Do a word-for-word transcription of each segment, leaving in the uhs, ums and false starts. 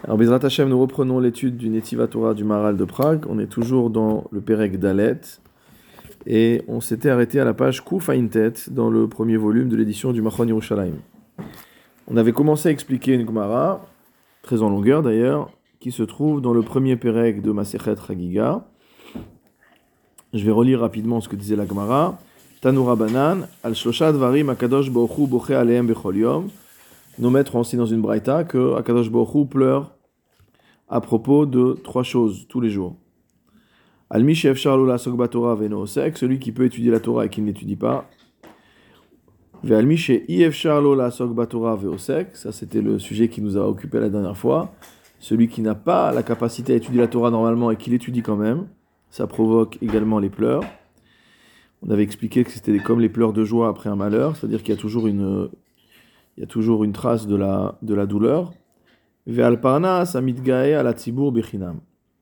Alors, Bezrat Hashem, nous reprenons l'étude du Netiva Torah du Maharal de Prague. On est toujours dans le Perek Dalet. Et on s'était arrêté à la page Kuf Ayin Tet dans le premier volume de l'édition du Machon Yerushalayim. On avait commencé à expliquer une Gemara, très en longueur d'ailleurs, qui se trouve dans le premier Perek de Masechet Chagiga. Je vais relire rapidement ce que disait la Gemara. Tanura Banan, al Shosha Dvarim Akadosh Baruch Hu Boche Alehem Bechol Yom. Nos maîtres ont enseigné dans une braïta que Akadosh Baruch Hu pleure à propos de trois choses tous les jours. Almi she'efshar lo la'asok baTorah ve'eno osek, celui qui peut étudier la Torah et qui ne l'étudie pas. Ve'almi she'i efshar lo la'asok baTorah ve'osek, ça c'était le sujet qui nous a occupé la dernière fois. Celui qui n'a pas la capacité à étudier la Torah normalement et qui l'étudie quand même, ça provoque également les pleurs. On avait expliqué que c'était comme les pleurs de joie après un malheur, c'est-à-dire qu'il y a toujours une, il y a toujours une trace de la, de la douleur. Ve'al parnas amitgae ala tzibur bechinam.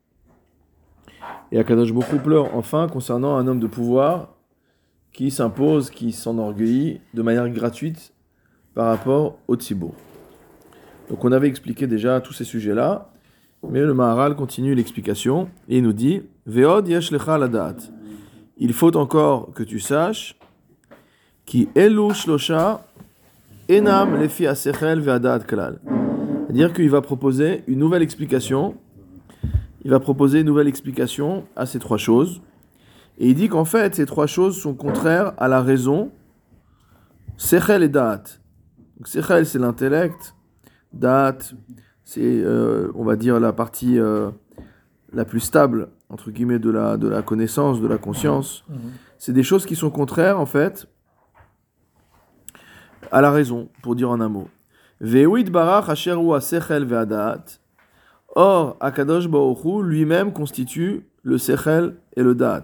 Et Akadosh Baruch Hu pleure enfin concernant un homme de pouvoir qui s'impose, qui s'enorgueillit de manière gratuite par rapport au tzibur. Donc on avait expliqué déjà tous ces sujets-là, mais le Maharal continue l'explication et il nous dit Ve'od yesh lecha ladat. Il faut encore que tu saches qui elu shlosha enam lefi asechel ve'adat klal. C'est-à-dire qu'il va proposer une nouvelle explication. Il va proposer une nouvelle explication à ces trois choses. Et il dit qu'en fait, ces trois choses sont contraires à la raison. Sechel et Da'at. Donc Sechel, c'est l'intellect. Da'at, c'est, euh, on va dire, la partie euh, la plus stable, entre guillemets, de la, de la connaissance, de la conscience. Mmh. C'est des choses qui sont contraires, en fait, à la raison, pour dire en un mot. Ve'uid barach asher hu asechel ve'ada'at. Or, Akadosh Baruch Hu lui-même constitue le sechel et le da'at.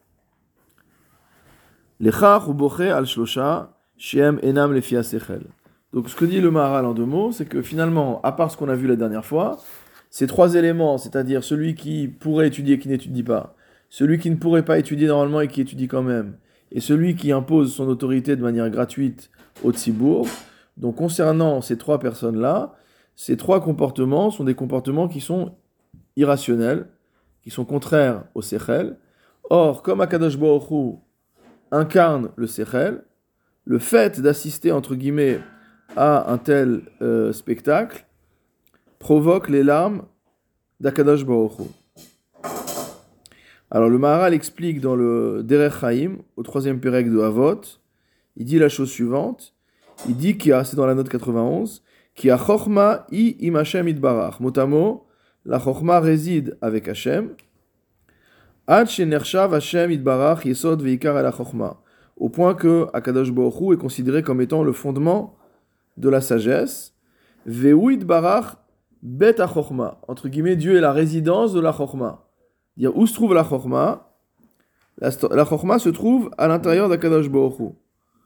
Lechach hu boche al shlosha shem enam lefi sechel. Donc, ce que dit le Maharal en deux mots, c'est que finalement, à part ce qu'on a vu la dernière fois, ces trois éléments, c'est-à-dire celui qui pourrait étudier et qui n'étudie pas, celui qui ne pourrait pas étudier normalement et qui étudie quand même, et celui qui impose son autorité de manière gratuite au tzibur. Donc, concernant ces trois personnes-là, ces trois comportements sont des comportements qui sont irrationnels, qui sont contraires au sechel. Or, comme Akadosh Baruch Hu incarne le sechel, le fait d'assister, entre guillemets, à un tel euh, spectacle provoque les larmes d'Akadosh Baruch Hu. Alors, le Maharal explique dans le Derech Chaim, au troisième Pérek de Avot, il dit la chose suivante. Il dit qu'il y a, c'est dans la note quatre-vingt-onze, qui a chokhma i im Hashem itbarach. Mot à mot, la chokhma réside avec Hashem. Ad shenershav Hashem itbarach yesod veikar ala chokhma. Au point que Akadosh Baruch Hu est considéré comme étant le fondement de la sagesse. Veu itbarach bet ha chokhma. Entre guillemets, Dieu est la résidence de la chokhma. Dire où se trouve la chokhma? La, la chokhma se trouve à l'intérieur d'Akadosh Baruch Hu.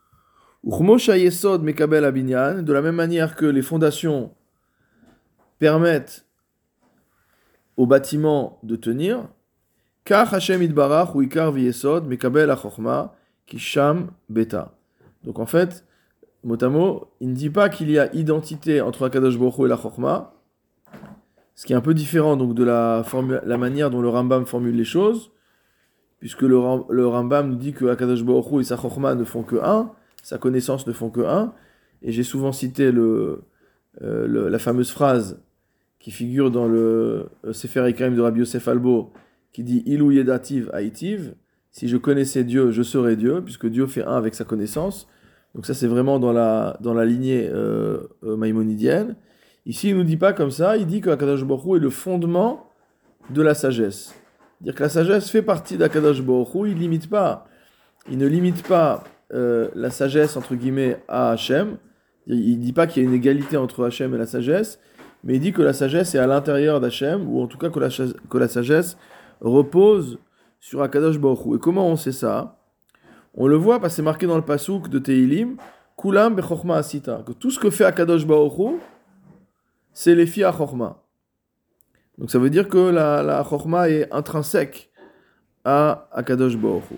De la même manière que les fondations permettent au bâtiment de tenir, car Hashem itbarach ou ikar v'yesod mekabel ha-chokhma kisham beta. Donc en fait, mot à mot, il ne dit pas qu'il y a identité entre Akadosh Baruch Hu et la chokhma, ce qui est un peu différent donc de la, formu- la manière dont le Rambam formule les choses, puisque le, le Rambam nous dit que Akadosh Baruch Hu et sa chokhma ne font que un. Sa connaissance ne font que un, et j'ai souvent cité le, euh, le, la fameuse phrase qui figure dans le euh, Sefer Ikarim de Rabbi Yosef Albo, qui dit « Ilou yedativ haïtiv » si je connaissais Dieu, je serais Dieu, puisque Dieu fait un avec sa connaissance. Donc ça, c'est vraiment dans la, dans la lignée euh, euh, maïmonidienne. Ici, il ne nous dit pas comme ça, il dit que Akadosh Baruch Hu est le fondement de la sagesse. C'est-à-dire que la sagesse fait partie d'Akadosh Baruch Hu, il ne limite pas, il ne limite pas Euh, la sagesse entre guillemets à Hachem. Il ne dit pas qu'il y a une égalité entre Hachem et la sagesse, mais il dit que la sagesse est à l'intérieur d'Hachem, ou en tout cas que la, que la sagesse repose sur Akadosh Baruch Hu. Et comment on sait ça? On le voit parce que c'est marqué dans le pasouk de Tehilim, Kulam bechokma asita, que tout ce que fait Akadosh Baruch Hu, c'est les filles à chokma. Donc ça veut dire que la, la chokma est intrinsèque à Akadosh Baruch Hu.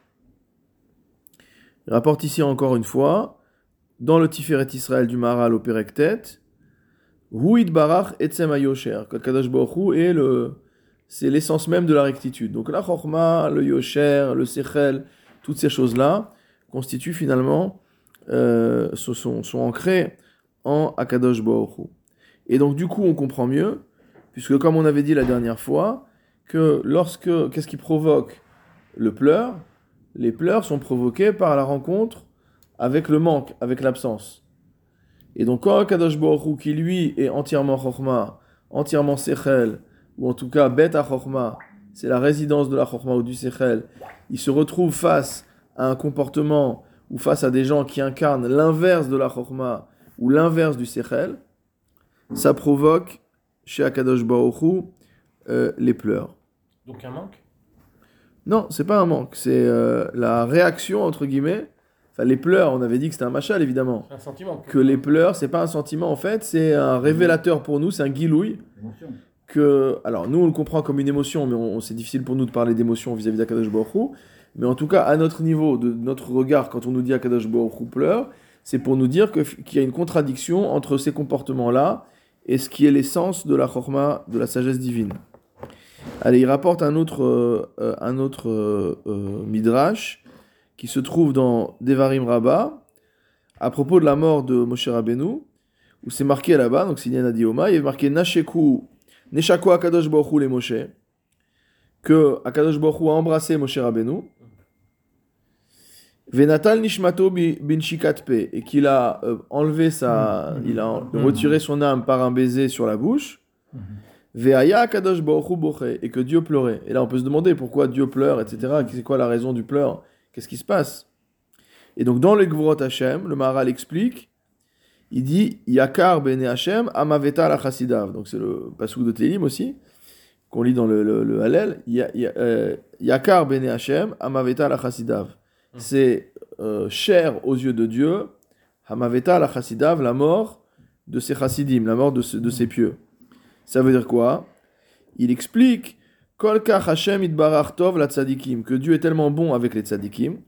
Il rapporte ici encore une fois, dans le Tiferet Israël du Maharal au Perek Tet, Hu Itbarach Etzem HaYosher, qu'Akadosh Baruch Hu est le, c'est l'essence même de la rectitude. Donc la Chorma, le Yosher, le Sechel, toutes ces choses-là constituent finalement, euh, sont, sont ancrées en Akadosh Baruch Hu. Et donc du coup on comprend mieux, puisque comme on avait dit la dernière fois, que lorsque, qu'est-ce qui provoque le pleur? Les pleurs sont provoqués par la rencontre avec le manque, avec l'absence. Et donc quand Akadosh Baruch Hu, qui lui est entièrement Chokhmah, entièrement Sechel, ou en tout cas Bet HaChokhmah, c'est la résidence de la Chokhmah ou du Sechel, il se retrouve face à un comportement ou face à des gens qui incarnent l'inverse de la Chokhmah ou l'inverse du Sechel, ça provoque chez Akadosh Baruch Hu euh, les pleurs. Donc un manque? Non, c'est pas un manque, c'est euh, la réaction entre guillemets. Enfin, les pleurs, on avait dit que c'était un machal évidemment. C'est un sentiment. Que les pleurs, c'est pas un sentiment en fait, c'est un révélateur pour nous, c'est un guilouille. Émotion. Que, alors nous on le comprend comme une émotion, mais on, c'est difficile pour nous de parler d'émotion vis-à-vis d'Akadosh Baruch Hu. Mais en tout cas, à notre niveau, de notre regard, quand on nous dit Akadosh Baruch Hu pleure, c'est pour nous dire que, qu'il y a une contradiction entre ces comportements-là et ce qui est l'essence de la chorma, de la sagesse divine. Allez, il rapporte un autre, euh, un autre euh, euh, midrash qui se trouve dans Devarim Rabbah à propos de la mort de Moshe Rabbeinu, où c'est marqué là-bas, donc c'est Inyan Adioma, il est marqué Nasheku, Neshaku Akadosh Baruch Hu les Moshe, que Akadosh Baruch Hu a embrassé Moshe Rabbeinu, Venatal Nishmato bin Shikatpe, et qu'il a euh, enlevé sa, il a retiré son âme par un baiser sur la bouche, Veaya Akadosh Baruch Hu boché, et que Dieu pleurait. Et là on peut se demander pourquoi Dieu pleure, et cetera. C'est quoi la raison du pleur? Qu'est-ce qui se passe? Et donc dans le Gvorot Hashem, le Maharal explique, il dit Yakar bene Hashem amaveta la chasidav. Donc c'est le passouk de Télim aussi, qu'on lit dans le, le, le Hallel. Ya, ya, euh, Yakar bene Hashem amaveta la chasidav. C'est euh, cher aux yeux de Dieu, amaveta la chasidav, la mort de ses chassidim, la mort de, ce, de ses pieux. Ça veut dire quoi? Il explique Kol kach Hashem itbarach tov la tzadikim, que Dieu est tellement bon avec les tzadikim.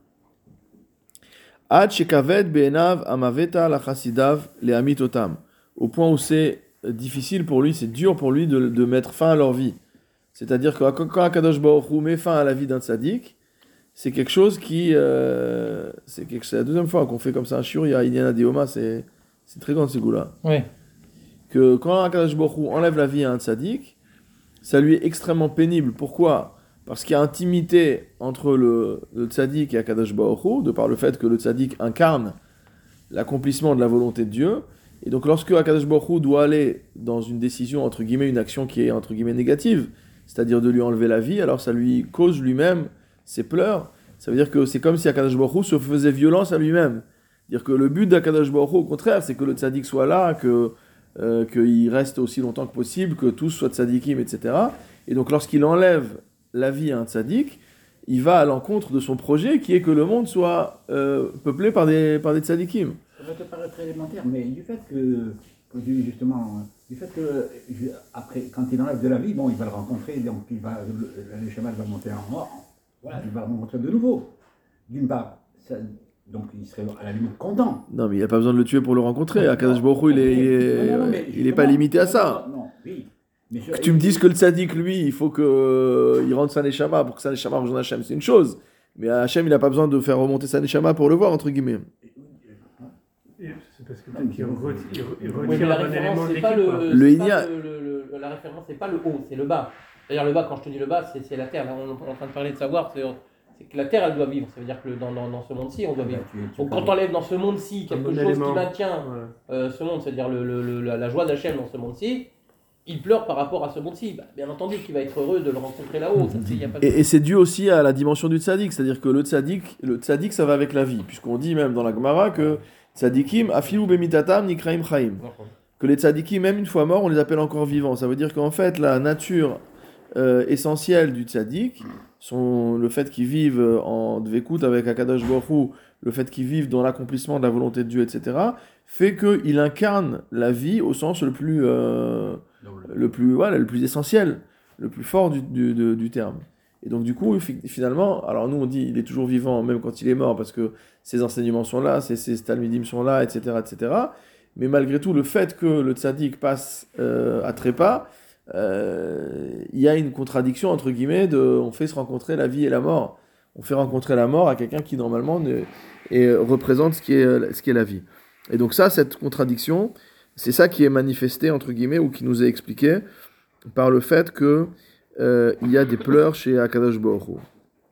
Ad shekaved be'enav amaveta la chasidav le amitotam. Au point où c'est difficile pour lui, c'est dur pour lui de, de mettre fin à leur vie. C'est-à-dire que quand Akadosh Baruch Hu met fin à la vie d'un tzadik, c'est quelque chose qui... Euh, c'est, quelque, c'est la deuxième fois qu'on fait comme ça un shiur, il y a Inyan Adioma, c'est, c'est très grand ce goût-là. Oui. Que quand Akadosh Baruch Hu enlève la vie à un tzadik, ça lui est extrêmement pénible. Pourquoi? Parce qu'il y a intimité entre le, le tzaddik et Akadosh Baruch Hu, de par le fait que le tzaddik incarne l'accomplissement de la volonté de Dieu. Et donc lorsque Akadosh Baruch Hu doit aller dans une décision, entre guillemets, une action qui est entre guillemets négative, c'est-à-dire de lui enlever la vie, alors ça lui cause lui-même ses pleurs. Ça veut dire que c'est comme si Akadosh Baruch Hu se faisait violence à lui-même. C'est-à-dire que le but d'Akadosh Baruch Hu, au contraire, c'est que le tzaddik soit là, que, euh, qu'il reste aussi longtemps que possible, que tous soient tzaddikim, et cetera. Et donc lorsqu'il enlève la vie à un tzaddik, il va à l'encontre de son projet qui est que le monde soit euh, peuplé par des, par des tzaddikim. Ça va te paraître élémentaire, mais du fait que, que du- justement, du fait que, je- après, quand il enlève de la vie, bon, il va le rencontrer, donc il va, le, le chemin va monter en mort, voilà, il va le rencontrer de nouveau. D'une part, ça- donc il serait à la limite content. Non, mais il n'a pas besoin de le tuer pour le rencontrer. Akadosh Baruch Hu, il est, il est, Non, non, mais il est pas justement, limité à non, ça. Non, non, oui. Mais je- Que tu me dises que le tzaddik, lui, il faut qu'il euh, rentre sa neshama pour que sa neshama rejoigne Hachem, c'est une chose. Mais Hachem, il n'a pas besoin de faire remonter sa neshama pour le voir, entre guillemets. Et c'est parce que peut-être qu'il re- il re- il Oui, mais retire la un élément référence, de c'est pas l'équipe. le, quoi. Le c'est Inia- pas le, le- le- la référence, c'est pas le haut, c'est le bas. D'ailleurs, le bas, quand je te dis le bas, c'est, c'est la terre. Là, on est en train de parler de savoir, c'est, c'est que la terre, elle doit vivre. Ça veut dire que le- dans, dans, dans ce monde-ci, on doit vivre. tu- tu Donc, parles- quand on enlève dans ce monde-ci quelque Un bon chose élément. qui maintient Ouais. euh, ce monde, c'est-à-dire le, le- le- la, la joie d'Hachem dans ce monde-ci, il pleure par rapport à ce monde-ci. Bah, bien entendu qu'il va être heureux de le rencontrer là-haut. Ça, c'est- y a pas de- Et, et c'est dû aussi à la dimension du tzaddik, c'est-à-dire que le tzaddik, le tzaddik, ça va avec la vie, puisqu'on dit même dans la Gemara que tzaddikim afilu bemitatam nikraim chaim. Que les tzaddikim, même une fois morts, on les appelle encore vivants. Ça veut dire qu'en fait, la nature euh, essentielle du tzaddik, son, le fait qu'ils vivent en dvekut avec Akadosh Baruch Hu, le fait qu'ils vivent dans l'accomplissement de la volonté de Dieu, et cetera, fait qu'il incarne la vie au sens le plus, euh, le plus, voilà, le plus essentiel, le plus fort du, du, de- du terme. Et donc du coup, fi- finalement, alors nous on dit il est toujours vivant même quand il est mort parce que ses enseignements sont là, ses, ses talmidim sont là, et cetera, et cetera. mais malgré tout, le fait que le tzaddik passe euh, à trépas, euh, il y a une contradiction entre guillemets de, on fait se rencontrer la vie et la mort. On fait rencontrer la mort à quelqu'un qui normalement ne, et représente ce qui est ce qui est la vie. Et donc ça, cette contradiction, c'est ça qui est manifesté entre guillemets ou qui nous est expliqué par le fait que euh, il y a des pleurs chez Akadosh Baruch Hu.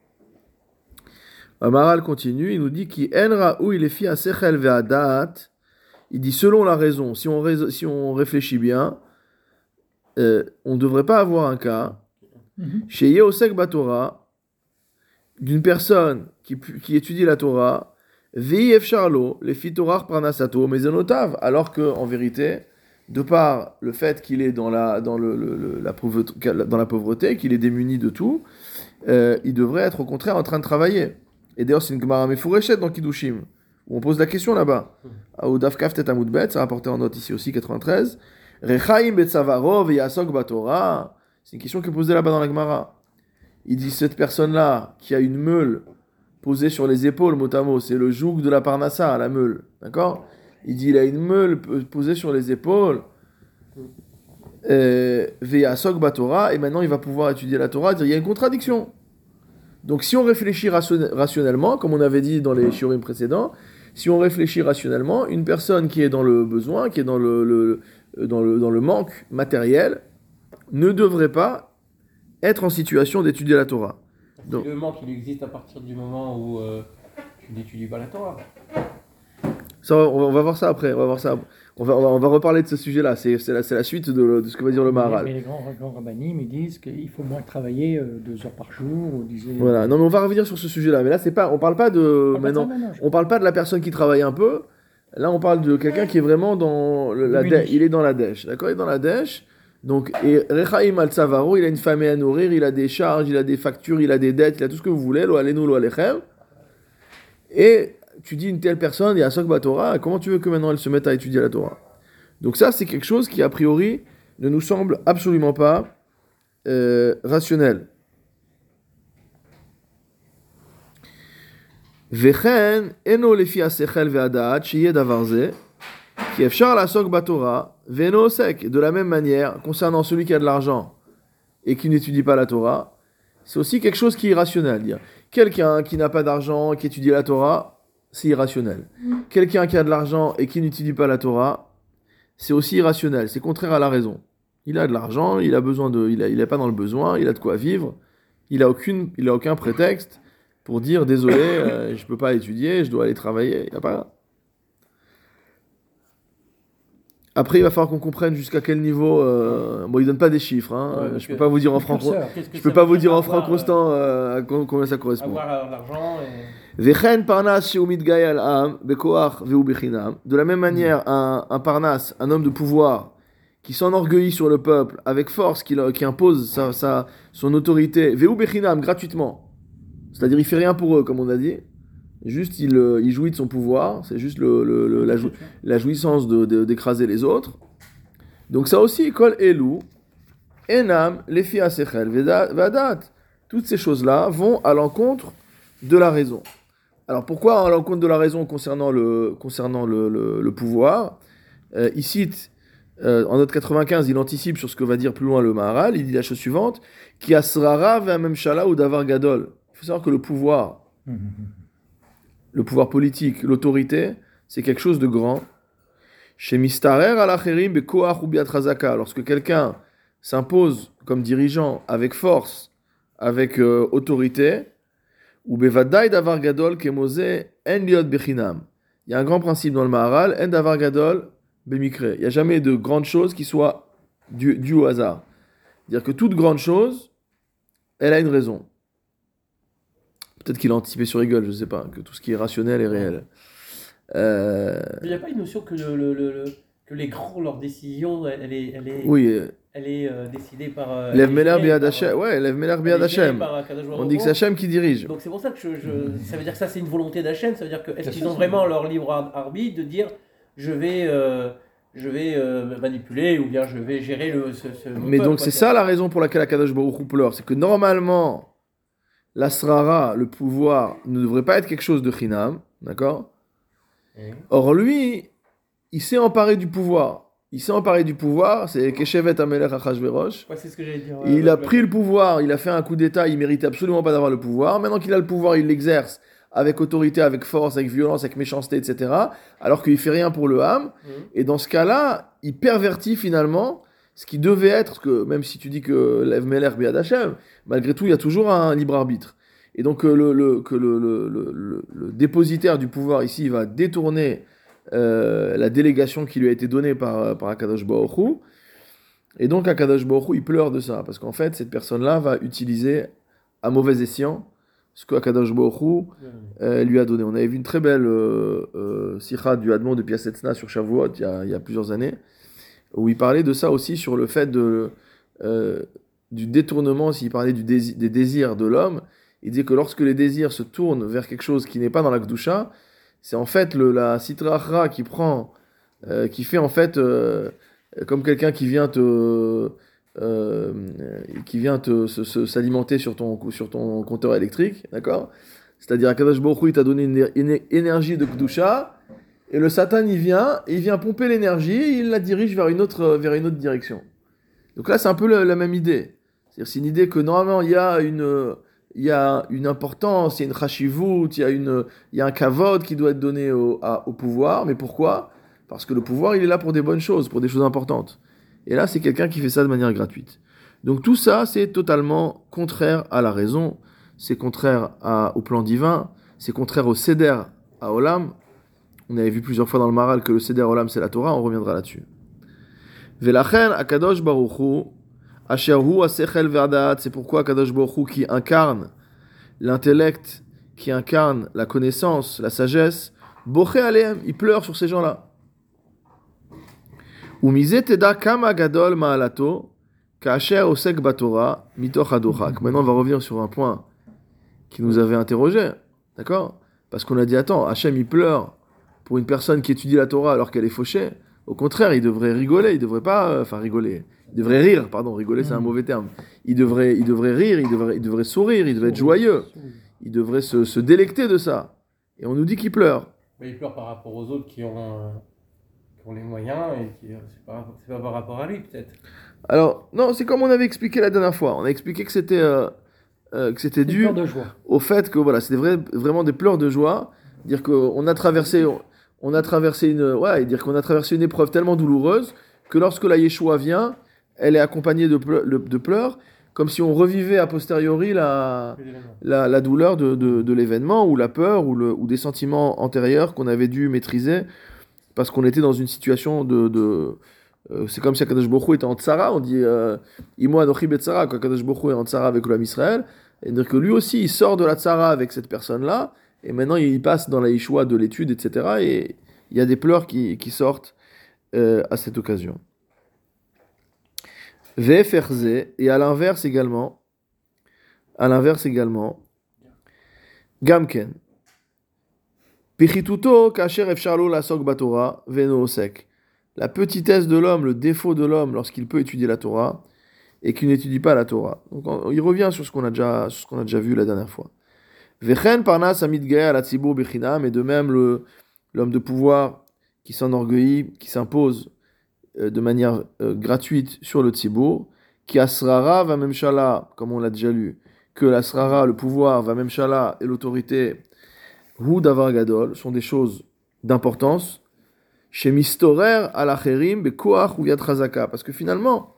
Amaral continue, il nous dit qui enra ou il est fi asechel ve'adat. Il dit selon la raison, si on, rais- si on réfléchit bien, euh, on ne devrait pas avoir un cas chez Yeosek Batora d'une personne qui, pu- qui étudie la Torah, Ve'ef Charlo, les Fitorach Parnasato, Mezonotav, alors que en vérité, de par le fait qu'il est dans la, dans le, le- le- la, pauvreté, dans la pauvreté, qu'il est démuni de tout, euh, il devrait être au contraire en train de travailler. Et d'ailleurs, c'est une Gemara Mefureshet dans Kiddushim, où on pose la question là-bas. Au Daf Kaf Tet Amud Bet, c'est rapporté en note ici aussi, quatre-vingt-treize. Rechaim Betzavaro Ve'yasok Batora. C'est une question qui est posée là-bas dans la Gemara. Il dit cette personne-là qui a une meule posée sur les épaules, mot à mot, c'est le joug de la Parnassa, la meule, d'accord? Il dit il a une meule p- posée sur les épaules, euh, Ve'yasok Batora, et maintenant il va pouvoir étudier la Torah. Dire, il y a une contradiction. Donc si on réfléchit ration- rationnellement, comme on avait dit dans les shiurim précédents, si on réfléchit rationnellement, une personne qui est dans le besoin, qui est dans le, le- dans le, dans le manque matériel, ne devrait pas être en situation d'étudier la Torah. Donc, Le manque, il existe à partir du moment où euh, tu n'étudies pas la Torah. ça, on, va, on va voir ça après. On va, voir ça. On va, on va, on va reparler de ce sujet-là. C'est, c'est, la, c'est la suite de, de ce que va dire le Mais, Maharal. mais les grands, grands rabbinim, ils disent qu'il faut moins travailler euh, deux heures par jour. Ou disait, Voilà. Non, mais on va revenir sur ce sujet-là. Mais là, c'est pas, on parle pas de Ah, maintenant. pas de ça, non, je- On parle pas de la personne qui travaille un peu. Là, on parle de quelqu'un qui est vraiment dans le- la Le dè- mini. il est dans la dèche, d'accord? Il est dans la dèche. Donc, et Rechaim al Tzavaro, il a une famille à nourrir, il a des charges, il a des factures, il a des dettes, il a tout ce que vous voulez, lo alenu, lo alechem. Et tu dis une telle personne, il y a Sok Batora, comment tu veux que maintenant elle se mette à étudier la Torah? Donc ça, c'est quelque chose qui, a priori, ne nous semble absolument pas euh, rationnel. Vechen eno lefi asechel ve'adat sheyeh davar zeh ki efshar la'asok batorah ve'eno osek. De la même manière, concernant celui qui a de l'argent et qui n'étudie pas la Torah, c'est aussi quelque chose qui est irrationnel. Dire quelqu'un qui n'a pas d'argent, qui étudie la Torah, c'est irrationnel. Quelqu'un qui a de l'argent et qui n'étudie pas la Torah, c'est aussi irrationnel. C'est contraire à la raison. Il a de l'argent, il a besoin de, il a, il est pas dans le besoin, il a de quoi vivre, il a aucune, il a aucun prétexte pour dire désolé, euh, je peux pas étudier, je dois aller travailler. Il y a pas. Après, il va falloir qu'on comprenne jusqu'à quel niveau. Euh... Bon, il donne pas des chiffres. Hein. Ouais, je parce peux que- pas vous dire en franc. Curseur. Qu'est-ce que Je peux ça pas veut vous dire en avoir, franc constant euh, à co- combien ça correspond. Avoir l'argent et... Vechen parnas sheu mitgay al am bekoach veu bechinam. De la même manière, un, un parnas, un homme de pouvoir, qui s'enorgueillit sur le peuple avec force, qui, le- qui impose sa, sa- son autorité, veu bechinam, gratuitement. C'est-à-dire, il fait rien pour eux, comme on a dit. Juste, il, euh, il jouit de son pouvoir. C'est juste le, le- le- la, jou- la jouissance de, de- d'écraser les autres. Donc ça aussi, kol elu, enam, lefi asechel, veda- vadat. Toutes ces choses-là vont à l'encontre de la raison. Alors pourquoi à l'encontre de la raison concernant le, concernant le, le- le pouvoir? Euh, Il cite, euh, en note quatre-vingt-quinze, il anticipe sur ce que va dire plus loin le Maharal, il dit la chose suivante, qui asrara ve'amemshala ou davar gadol. Il faut savoir que le pouvoir, le pouvoir politique, l'autorité, c'est quelque chose de grand. Chez Mistarer al-Acherim bekoach ou biatrazaka, lorsque quelqu'un s'impose comme dirigeant avec force, avec euh, autorité, ou bevadai davar gadol kemose en liot bechinam. Il y a un grand principe dans le Maharal, en davar gadol bemikre. Il n'y a jamais de grande chose qui soit due due au hasard. C'est-à-dire que toute grande chose, elle a une raison. Peut-être qu'il a anticipé sur Hegel, je ne sais pas, que tout ce qui est rationnel est réel. Euh, Mais il n'y a pas une notion que, le, le- le- le- que les grands, leur décision, elle, elle est, elle est, oui, euh, elle est euh, décidée par... euh, Lev elle est Meler gérée Biad par, Hashem. euh, Ouais, Lev Meler elle Biad est gérée Hashem. par Akadosh Baruch On dit que c'est Hu. Hashem qui dirige. Donc c'est pour ça que je, je- ça veut dire que ça c'est une volonté d'Hachem, ça veut dire que est-ce C'est qu'ils ça, ont c'est- vraiment leur libre ar- arbitre de dire je vais, euh, je vais euh, manipuler ou bien je vais gérer le, ce, ce mon Mais peuple, donc quoi, c'est ça la raison pour laquelle Akadosh Baruch Hu pleure. C'est que normalement, l'asrara, le pouvoir, ne devrait pas être quelque chose de chinam. D'accord? Mhm. Or lui, il s'est emparé du pouvoir. Il s'est emparé du pouvoir, c'est Keshevet Amelech Achashverosh. Ouais, c'est ce que j'allais dire. Il a pris le pouvoir, il a fait un coup d'État, il méritait absolument pas d'avoir le pouvoir. Maintenant qu'il a le pouvoir, il l'exerce avec autorité, avec force, avec violence, avec méchanceté, et cetera. Alors qu'il fait rien pour le Ham. Mmh. Et dans ce cas-là, il pervertit finalement ce qui devait être, parce que même si tu dis que Lev Melech Biad Hashem, malgré tout, il y a toujours un libre arbitre. Et donc euh, le, le, que le, le, le, le, le dépositaire du pouvoir ici va détourner euh, la délégation qui lui a été donnée par, par Akadosh Baruch Hu. Et donc Akadosh Baruch Hu, il pleure de ça, parce qu'en fait, cette personne-là va utiliser à mauvais escient ce que Akadosh Baruch Hu euh, lui a donné. On avait vu une très belle euh, euh, sikha du Hadmon de Piasetzna sur Shavuot il y, a, il y a plusieurs années, où il parlait de ça aussi, sur le fait de, euh, du détournement, s'il parlait du dési- des désirs de l'homme. Il disait que lorsque les désirs se tournent vers quelque chose qui n'est pas dans la Kedusha, c'est en fait le, la Sitra Achra qui prend, euh, qui fait en fait euh, comme quelqu'un qui vient te, euh, qui vient te, se, se, s'alimenter sur ton, sur ton compteur électrique, d'accord ? C'est-à-dire Akadosh Baruch Hu, il t'a donné une, une énergie de Kedusha, et le Satan, il vient, il vient pomper l'énergie, et il la dirige vers une autre, vers une autre direction. Donc là, c'est un peu la, la même idée. C'est-à-dire, c'est une idée que normalement, il y a une, il y a une importance, il y a une chashivut, il y a une, il y a un kavod qui doit être donné au, à, au pouvoir. Mais pourquoi ? Parce que le pouvoir, il est là pour des bonnes choses, pour des choses importantes. Et là, c'est quelqu'un qui fait ça de manière gratuite. Donc tout ça, c'est totalement contraire à la raison, c'est contraire à, au plan divin, c'est contraire au seder à Olam. On avait vu plusieurs fois dans le Maral que le Seder Olam c'est la Torah, on reviendra là-dessus. Velachen Akadosh Baruch Hu, Asher Hu Asechel Verdat, c'est pourquoi Akadosh Baruch Hu qui incarne l'intellect, qui incarne la connaissance, la sagesse, Boché Aleem, il pleure sur ces gens-là. Umize Teda Kama Gadol Ma'alato, Ka'asher Osek Batora, Mitoch Adochak. Maintenant on va revenir sur un point qui nous avait interrogé, d'accord ? Parce qu'on a dit, attends, Hachem il pleure pour une personne qui étudie la Torah alors qu'elle est fauchée. Au contraire, il devrait rigoler, il devrait pas, euh, enfin rigoler, il devrait rire, pardon, rigoler c'est un mauvais terme. Il devrait, il devrait rire, il devrait, il devrait sourire, il devrait être joyeux, il devrait se, se délecter de ça. Et on nous dit qu'il pleure. Mais il pleure par rapport aux autres qui ont, euh, qui ont les moyens et qui, euh, c'est pas, c'est pas par rapport à lui peut-être. Alors, non, c'est comme on avait expliqué la dernière fois. On a expliqué que c'était, euh, euh, que c'était dû de joie. au fait que voilà, c'était vrai, vraiment des pleurs de joie, dire qu'on a traversé. On a traversé une, ouais, dire qu'on a traversé une épreuve tellement douloureuse que lorsque la Yeshua vient, elle est accompagnée de, pleurs, de pleurs, comme si on revivait a posteriori la, la, la douleur de, de, de l'événement, ou la peur, ou, le, ou des sentiments antérieurs qu'on avait dû maîtriser, parce qu'on était dans une situation de... de euh, c'est comme si Akadosh Baruch Hu était en tsara, on dit Imo Anochi Betsara, quand Akadosh Baruch Hu est en tsara avec l'homme Israël, et dire que lui aussi, il sort de la tsara avec cette personne-là, et maintenant, il passe dans la Yeshua de l'étude, et cetera. Et il y a des pleurs qui, qui sortent euh, à cette occasion. Ve'ferze, et à l'inverse également, à l'inverse également, Gamken. Pichituto kasher efsharlo lasok batora veno osek. La petitesse de l'homme, le défaut de l'homme lorsqu'il peut étudier la Torah et qu'il n'étudie pas la Torah. Donc, on, il revient sur ce qu'on a déjà, sur ce qu'on a déjà vu la dernière fois. Vechen parnas amidgae à la tzibur bichinam, et de même le, l'homme de pouvoir qui s'enorgueillit, qui s'impose euh, de manière euh, gratuite sur le tzibur, qui asrara va memshala, comme on l'a déjà lu, que l'asrara, le pouvoir, va memshala et l'autorité, hu davar gadol, sont des choses d'importance, chez mistorer al acherim bekoach ou yad chazaka, parce que finalement,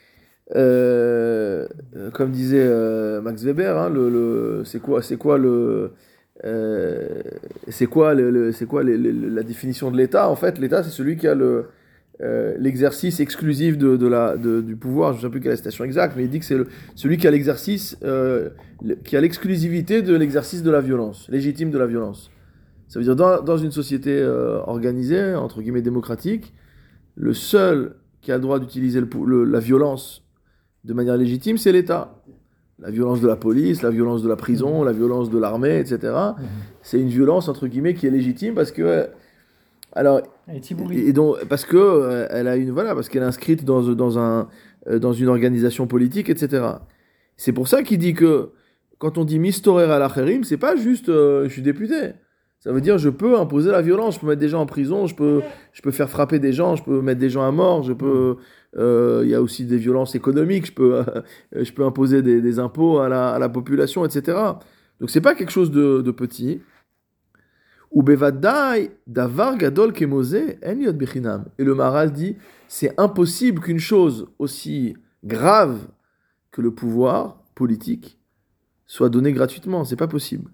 Euh, comme disait euh, Max Weber, hein, le, le, c'est quoi, c'est quoi le, euh, c'est quoi, le, le, c'est quoi le, le, la définition de l'État ? En fait, l'État, c'est celui qui a le, euh, l'exercice exclusif de, de la, de, du pouvoir. Je ne sais plus quelle est la citation exacte, mais il dit que c'est le, celui qui a l'exercice, euh, le, qui a l'exclusivité de l'exercice de la violence, légitime de la violence. Ça veut dire dans, dans une société euh, organisée, entre guillemets démocratique, le seul qui a le droit d'utiliser le, le, la violence de manière légitime, c'est l'État. La violence de la police, la violence de la prison, la violence de l'armée, et cetera. Mmh. C'est une violence, entre guillemets, qui est légitime parce que... Alors, et, et donc, parce que euh, elle a une, voilà, parce qu'elle est inscrite dans, dans, un, euh, dans une organisation politique, et cetera. C'est pour ça qu'il dit que, quand on dit mistorer à l'acherim, c'est pas juste euh, je suis député. Ça veut dire je peux imposer la violence, je peux mettre des gens en prison, je peux, je peux faire frapper des gens, je peux mettre des gens à mort, je peux... Il euh, y a aussi des violences économiques, je peux, euh, je peux imposer des, des impôts à la, à la population, et cetera. Donc c'est pas quelque chose de, de petit. Ou bevadai davar gadol kemose en yod bechinam. Et le Maharal dit, c'est impossible qu'une chose aussi grave que le pouvoir politique soit donnée gratuitement, c'est pas possible.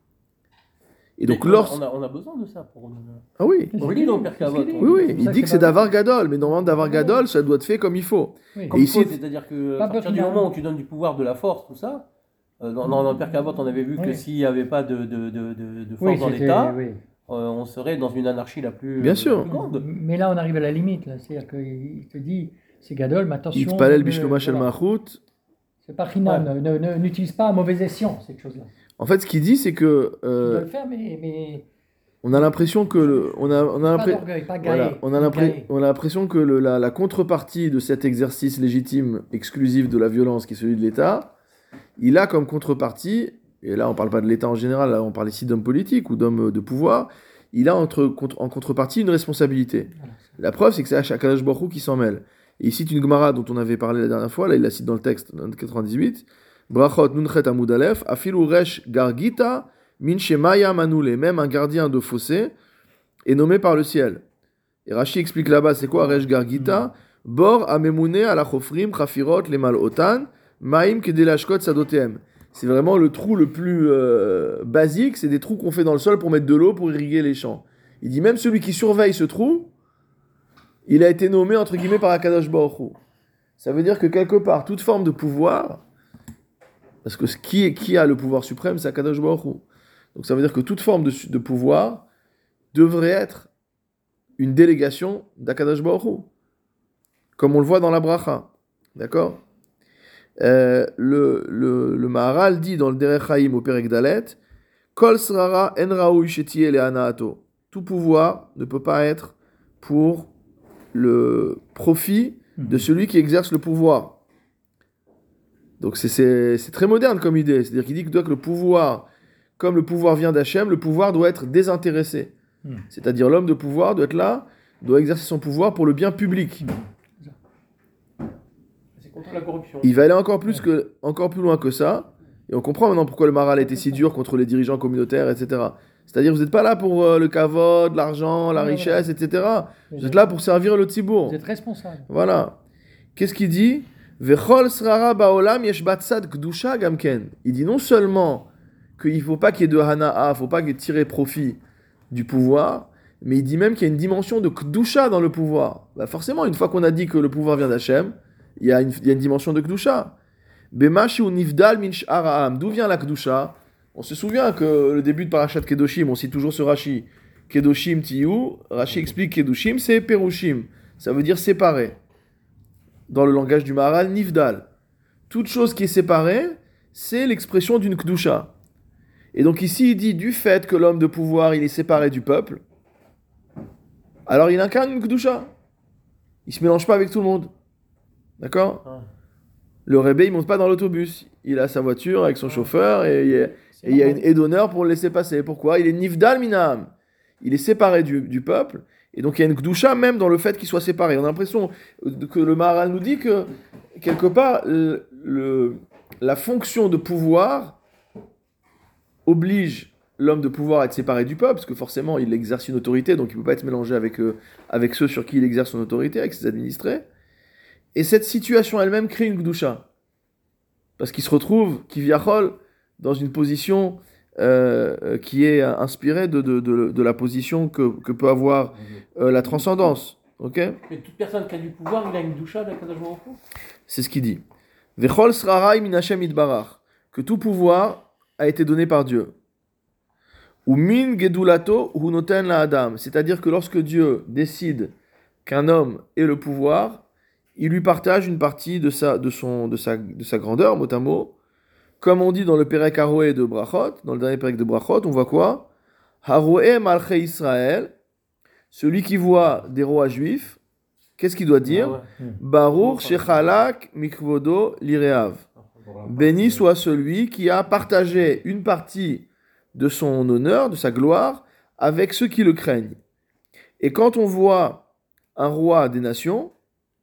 Et donc, on, lors... on, a, on a besoin de ça pour. Ah oui. On le dit dans le Père Kavot. Oui, oui. Il dit que c'est Davar Gadol, mais normalement, Davar Gadol, ça doit être fait comme il faut. Oui. Comme Et ici, ici, c'est-à-dire que Pas à partir du final. moment où tu donnes du pouvoir, de la force, tout ça, euh, dans, dans le Père Kavot, on avait vu que Oui. s'il n'y avait pas de, de, de, de, de force Oui, dans c'était- l'État, oui. euh, on serait dans une anarchie la plus, Bien la sûr. plus grande. Mais là, on arrive à la limite. là. C'est-à-dire qu'il te dit, c'est Gadol, mais attention. Yitpalel ne- Bishloma Shel voilà. Malchut. C'est pas Chinam. Ouais. ne- ne- N'utilise pas à mauvais escient, cette chose-là. En fait, ce qu'il dit, c'est que Tu euh, dois le faire, mais, mais on a l'impression que le, on a, on a pas l'impression, d'orgueil, pas gaé. voilà, on a pas l'impression, gaé. on a l'impression que le- la, la contrepartie de cet exercice légitime exclusif de la violence, qui est celui de l'État, il a comme contrepartie, et là on parle pas de l'État en général, là on parle ici d'hommes politiques ou d'hommes de pouvoir, il a entre, contre- en contrepartie une responsabilité. Voilà. La preuve, c'est que c'est Akadosh Baruch Hu qui s'en mêle. Et il cite une Gemara dont on avait parlé la dernière fois, là il la cite dans le texte, dans le quatre-vingt-dix-huit, Brachot Nunchet Amud Aleph, Afilu Resh Gargita, Min Shemaya Manule, même un gardien de fossé est nommé par le ciel. Et Rashi explique là-bas, c'est quoi Resh Gargita? Bor Amemune ala Chofrim, Chafirot, les Otan, Maim Kedelashkot Sadotem. C'est vraiment le trou le plus euh, basique, c'est des trous qu'on fait dans le sol pour mettre de l'eau pour irriguer les champs. Il dit même celui qui surveille ce trou, il a été nommé entre guillemets par Akadosh Baruch Hu. Ça veut dire que quelque part, toute forme de pouvoir, parce que qui, est, qui a le pouvoir suprême, c'est Akadosh Baruch Hu. Donc ça veut dire que toute forme de, de pouvoir devrait être une délégation d'Akadosh Baruch Hu, comme on le voit dans la bracha. D'accord? Euh, le, le, le Maharal dit dans le Derech Chaim au Perek Dalet, Kol srara en raoui shetiye le'anaato. Tout pouvoir ne peut pas être pour le profit de celui qui exerce le pouvoir. Donc c'est, c'est, c'est très moderne comme idée. C'est-à-dire qu'il dit que, doit que le pouvoir, comme le pouvoir vient d'Hachem, le pouvoir doit être désintéressé. Mm. C'est-à-dire l'homme de pouvoir doit être là, doit exercer son pouvoir pour le bien public. C'est contre la corruption. Il va aller encore plus, que, encore plus loin que ça. Et on comprend maintenant pourquoi le Maharal a été si dur contre les dirigeants communautaires, et cetera. C'est-à-dire vous n'êtes pas là pour euh, le kavod, l'argent, la Ouais, richesse, et cetera. Vous Vous êtes là pour servir le Vous tzibour. êtes responsable. Voilà. Qu'est-ce qu'il dit? Vechol srara baolam yesh batsad kdusha gamken. Il dit non seulement qu'il ne faut pas qu'il y ait de hana'a, il ne faut pas qu'il y ait tiré profit du pouvoir, mais il dit même qu'il y a une dimension de kdusha dans le pouvoir. Bah forcément, une fois qu'on a dit que le pouvoir vient d'Hachem, il y a une, il y a une dimension de kdusha. Bemashi ou nifdal min sh'ar ha'am. D'où vient la kdusha? On se souvient que le début de Parashat Kedoshim, on cite toujours ce Rashi. Kedoshim tiyu, Rashi explique Kedoshim, c'est Perushim. Ça veut dire séparé. Dans le langage du Maharal, Nifdal. Toute chose qui est séparée, c'est l'expression d'une Kdusha. Et donc ici, il dit du fait que l'homme de pouvoir, il est séparé du peuple, alors il incarne une Kdusha. Il se mélange pas avec tout le monde. D'accord? Ah. Le Rebbe, il monte pas dans l'autobus. Il a sa voiture avec son chauffeur et il y a, C'est et il y a normal. une haie d'honneur pour le laisser passer. Pourquoi? Il est Nifdal Minam. Il est séparé du, du peuple. Et donc il y a une Kdusha même dans le fait qu'il soit séparé. On a l'impression que le Maharal nous dit que, quelque part, le, le- la fonction de pouvoir oblige l'homme de pouvoir à être séparé du peuple, parce que forcément il exerce une autorité, donc il ne peut pas être mélangé avec, euh, avec ceux sur qui il exerce son autorité, avec ses administrés. Et cette situation elle-même crée une Kdusha. Parce qu'il se retrouve, Kivyachol, dans une position euh, euh, qui est euh, inspirée de, de, de, de la position que, que peut avoir euh, la transcendance. Ok? Mais toute personne qui a du pouvoir, il a une doucha d'Akadosh Baruch Hu. C'est ce qu'il dit. Vechol srarai min Hashem idbarach. Que tout pouvoir a été donné par Dieu. Ou min gedulato hu noten la adam. C'est-à-dire que lorsque Dieu décide qu'un homme ait le pouvoir, il lui partage une partie de sa, de son, de sa, de sa grandeur, mot à mot. Comme on dit dans le Perek Haroé de Brachot, dans le dernier Perek de Brachot, on voit quoi? Haroé malche Israël, celui qui voit des rois juifs, qu'est-ce qu'il doit dire? Ah ouais. Baruch shechalak mikvodo lireav. Béni soit celui qui a partagé une partie de son honneur, de sa gloire, avec ceux qui le craignent. Et quand on voit un roi des nations,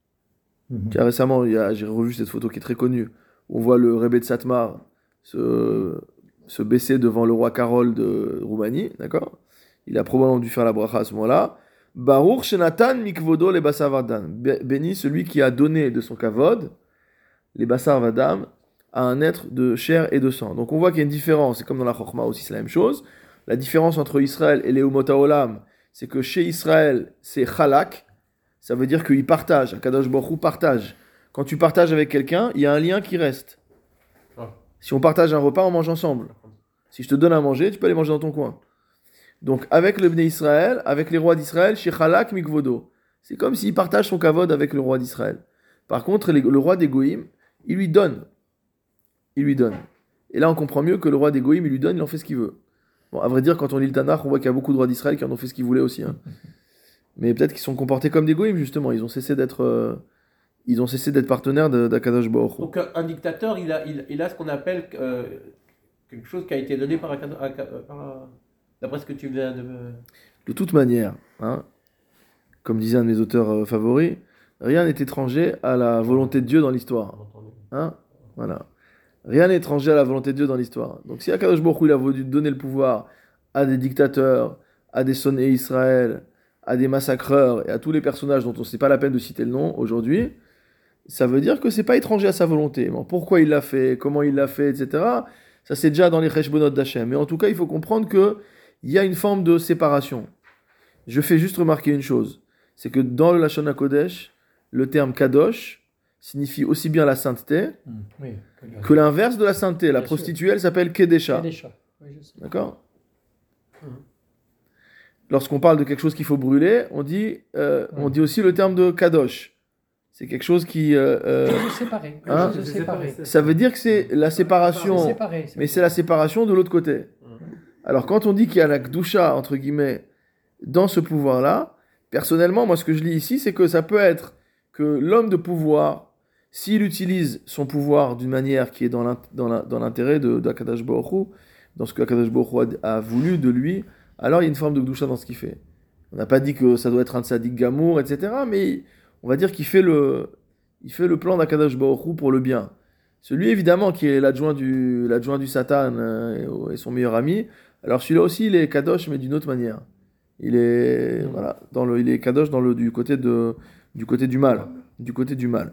Mhm. tiens, récemment, il y a- j'ai revu cette photo qui est très connue, où on voit le Rebbe de Satmar se, se baisser devant le roi Carol de Roumanie, d'accord? Il a probablement dû faire la bracha à ce moment-là. Baruch Shenatan Mikvodo le Basar Vadam. Bé- Béni celui qui a donné de son kavod, les Basar Vadam, à un être de chair et de sang. Donc on voit qu'il y a une différence, c'est comme dans la Chokhmah aussi, c'est la même chose. La différence entre Israël et les Umot HaOlam, c'est que chez Israël, c'est Chalak, ça veut dire qu'il partage, Akadosh Baruch Hu partage. Quand tu partages avec quelqu'un, il y a un lien qui reste. Ouais. Si on partage un repas, on mange ensemble. Si je te donne à manger, tu peux aller manger dans ton coin. Donc avec le Bnei Israël, avec les rois d'Israël, chez Chalak Mikvodo, c'est comme s'il partage son kavod avec le roi d'Israël. Par contre, les- le roi des Goïm, il lui donne. Il lui donne. Et là, on comprend mieux que le roi des Goïm, il lui donne, il en fait ce qu'il veut. Bon, à vrai dire, quand on lit le Tanakh, on voit qu'il y a beaucoup de rois d'Israël qui en ont fait ce qu'ils voulaient aussi. hein. Mais peut-être qu'ils sont comportés comme des Goïm, justement. Ils ont cessé d'être, euh, ils ont cessé d'être partenaires de- d'Akadosh Baruch Hu. Donc un, un dictateur, il a, il, il a ce qu'on appelle euh, quelque chose qui a été donné par, un, cado- un ca- euh, par un- d'après ce que tu viens de me... De toute manière, hein, comme disait un de mes auteurs euh, favoris, rien n'est étranger à la volonté de Dieu dans l'histoire. Hein, voilà. Rien n'est étranger à la volonté de Dieu dans l'histoire. Donc si Akadosh Baruch Hu il a voulu donner le pouvoir à des dictateurs, à des sonnés Israël, à des massacreurs et à tous les personnages dont on ne sait pas la peine de citer le nom aujourd'hui, ça veut dire que c'est pas étranger à sa volonté. Bon, pourquoi il l'a fait, comment il l'a fait, et cetera. Ça c'est déjà dans les Cheshbonot d'Hachem. Mais en tout cas, il faut comprendre que il y a une forme de séparation. Je fais juste remarquer une chose, c'est que dans le Lashon HaKodesh, le terme Kadosh signifie aussi bien la sainteté Oui, que l'inverse de la sainteté. La Bien sûr. prostituée, elle s'appelle Kedesha. des chats. Oui, je sais. D'accord Mhm. Lorsqu'on parle de quelque chose qu'il faut brûler, on dit, euh, on Ouais. dit aussi le terme de Kadosh. C'est quelque chose qui... euh, euh, Je séparé. Hein Je séparé. ça veut dire que c'est la séparation, séparé. mais c'est la séparation de l'autre côté. Alors quand on dit qu'il y a la Kdusha, entre guillemets, dans ce pouvoir-là, personnellement, moi ce que je lis ici, c'est que ça peut être que l'homme de pouvoir, s'il utilise son pouvoir d'une manière qui est dans l'int- dans la- dans l'intérêt de, d'Akadosh Baruch Hu, dans ce que Akadosh Baruch Hu a, a voulu de lui, alors il y a une forme de Kdusha dans ce qu'il fait. On n'a pas dit que ça doit être un tzaddik gamour, et cetera, mais on va dire qu'il fait le, il fait le plan d'Akadosh Baruch Hu pour le bien. Celui évidemment qui est l'adjoint du, l'adjoint du Satan euh, et, et son meilleur ami, alors celui-là aussi il est Kadosh mais d'une autre manière. Il est, Mhm. voilà, dans le, il est Kadosh dans le, du, côté de, du côté du mal. Du côté du mal.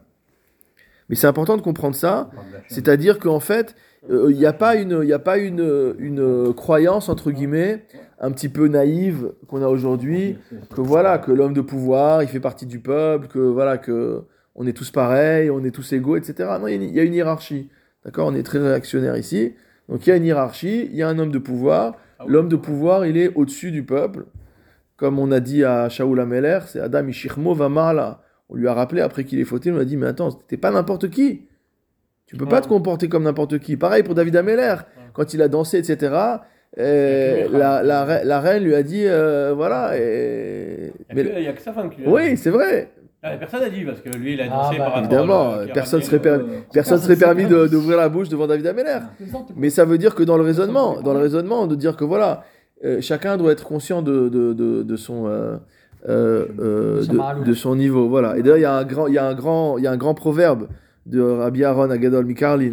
Mais c'est important de comprendre ça, c'est-à-dire qu'en fait, euh, il n'y a pas, une, il y a pas une, une croyance, entre guillemets, un petit peu naïve qu'on a aujourd'hui, que voilà, que l'homme de pouvoir, il fait partie du peuple, que voilà, que on est tous pareils, on est tous égaux, et cetera. Non, il y a une- il y a une hiérarchie. D'accord? On est très réactionnaire ici. Donc il y a une hiérarchie, il y a un homme de pouvoir. L'homme de pouvoir, il est au-dessus du peuple. Comme on a dit à Shaoul HaMelech, c'est Adam Ishirmo Vamala. On lui a rappelé après qu'il est fauté, on lui a dit, mais attends, t'es pas n'importe qui. Tu peux pas Ouais. te comporter comme n'importe qui. Pareil pour David Ameller, quand il a dansé, et cetera. euh, la, la, re- la reine lui a dit, euh, voilà. Et... Il n'y mais- a, que sa femme qui lui a oui, c'est vrai. Ah, personne n'a dit, parce que lui, il a Ah, dansé bah, par rapport Évidemment, à... personne serait per- permis, personne serait permis de- d'ouvrir la bouche devant David Ameller. Mais ça veut dire que dans le raisonnement, dans le raisonnement, de dire que voilà, euh, chacun doit être conscient de, de, de, de son euh, euh, euh, Son de, ma'alout. de son niveau, voilà. Et d'ailleurs, il y a un grand, il y a un grand, il y a un grand proverbe de Rabbi Aaron Agadol Mikarlin.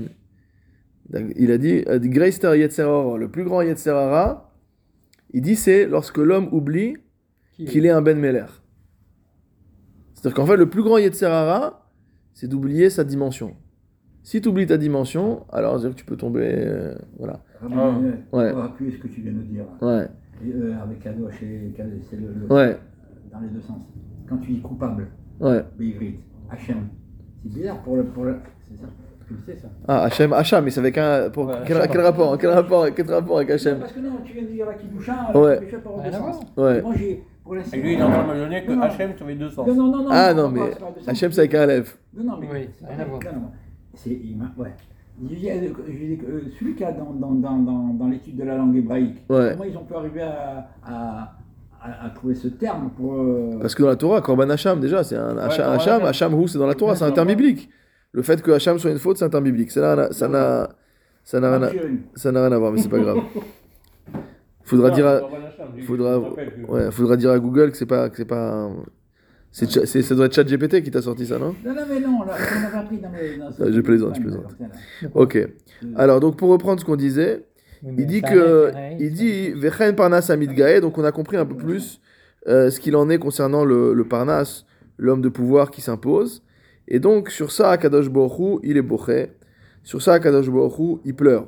Il a dit, euh, Greister Yetzer Hara, le plus grand Yetzer Hara, il dit c'est lorsque l'homme oublie qu'il est un Ben Meler. C'est-à-dire qu'en fait, le plus grand Yetzer Hara, c'est d'oublier sa dimension. Si tu oublies ta dimension, alors c'est-à-dire que tu peux tomber, euh, voilà. Rabbi, Ouais. pour appuyer ce que tu viens de dire, Ouais, et, euh, avec Kadosh et Kadosh, c'est le, le- ouais, dans les deux sens. Quand tu es coupable, ouais. Béivrit, Hachem, c'est bizarre pour le. Pour le c'est ça, tu le sais ça. Ah, Hachem, Hacham, mais c'est avec un. Pour, Ouais, quel, Hacham. quel rapport quel rapport, quel rapport avec Hachem? Parce que non, tu viens de dire la Kidusha, Ouais. la Kidusha par Rien deux à sens. voir. Ouais. Et moi j'ai, pour l'instant. Et lui, il est en train de me donner que Non, non. Hachem sur les deux sens. Non, non, non, non. Ah non, non, pas- mais c'est pas deux sens. Hachem, c'est avec un Aleph. Non, non, mais. Oui, c'est rien pas à voir. vrai. Non, non. C'est, il m'a- ouais. Il y a- je dis que, euh, celui qui a dans, dans, dans, dans, dans l'étude de la langue hébraïque, Ouais. comment ils ont pu arriver à, à, à, à trouver ce terme pour. euh, Parce que dans la Torah, Korban Hacham, déjà, c'est un Hacham, Korban Hacham, Hacham. Hacham, Hu, c'est dans la Torah, c'est un terme biblique. Le fait que Hacham soit une faute, c'est un terme biblique. Ça n'a, ça n'a, ça n'a rien, à- Hachem. ça n'a rien à voir, mais c'est pas grave. Faudra Non, dire à, Corban Hacham, lui, faudra, je me rappelle que- ouais, faudra dire à Google que c'est pas, que c'est pas, un- c'est, Cha- c'est, ça doit être ChatGPT qui t'a sorti ça, non? Non, non, mais non, là, on avait appris dans les. Dans Ah, je plaisante, je plaisante. Tiens, là. Ok. Alors donc pour reprendre ce qu'on disait, Oui, mais il dit ça que, reste pareil, il ça- dit Vechen Parnas Amid Gaé, donc on a compris un peu plus euh, ce qu'il en est concernant le, le Parnas, l'homme de pouvoir qui s'impose. Et donc sur ça, Akadosh Baruch Hu, il est boché. Sur ça, Akadosh Baruch Hu, il pleure.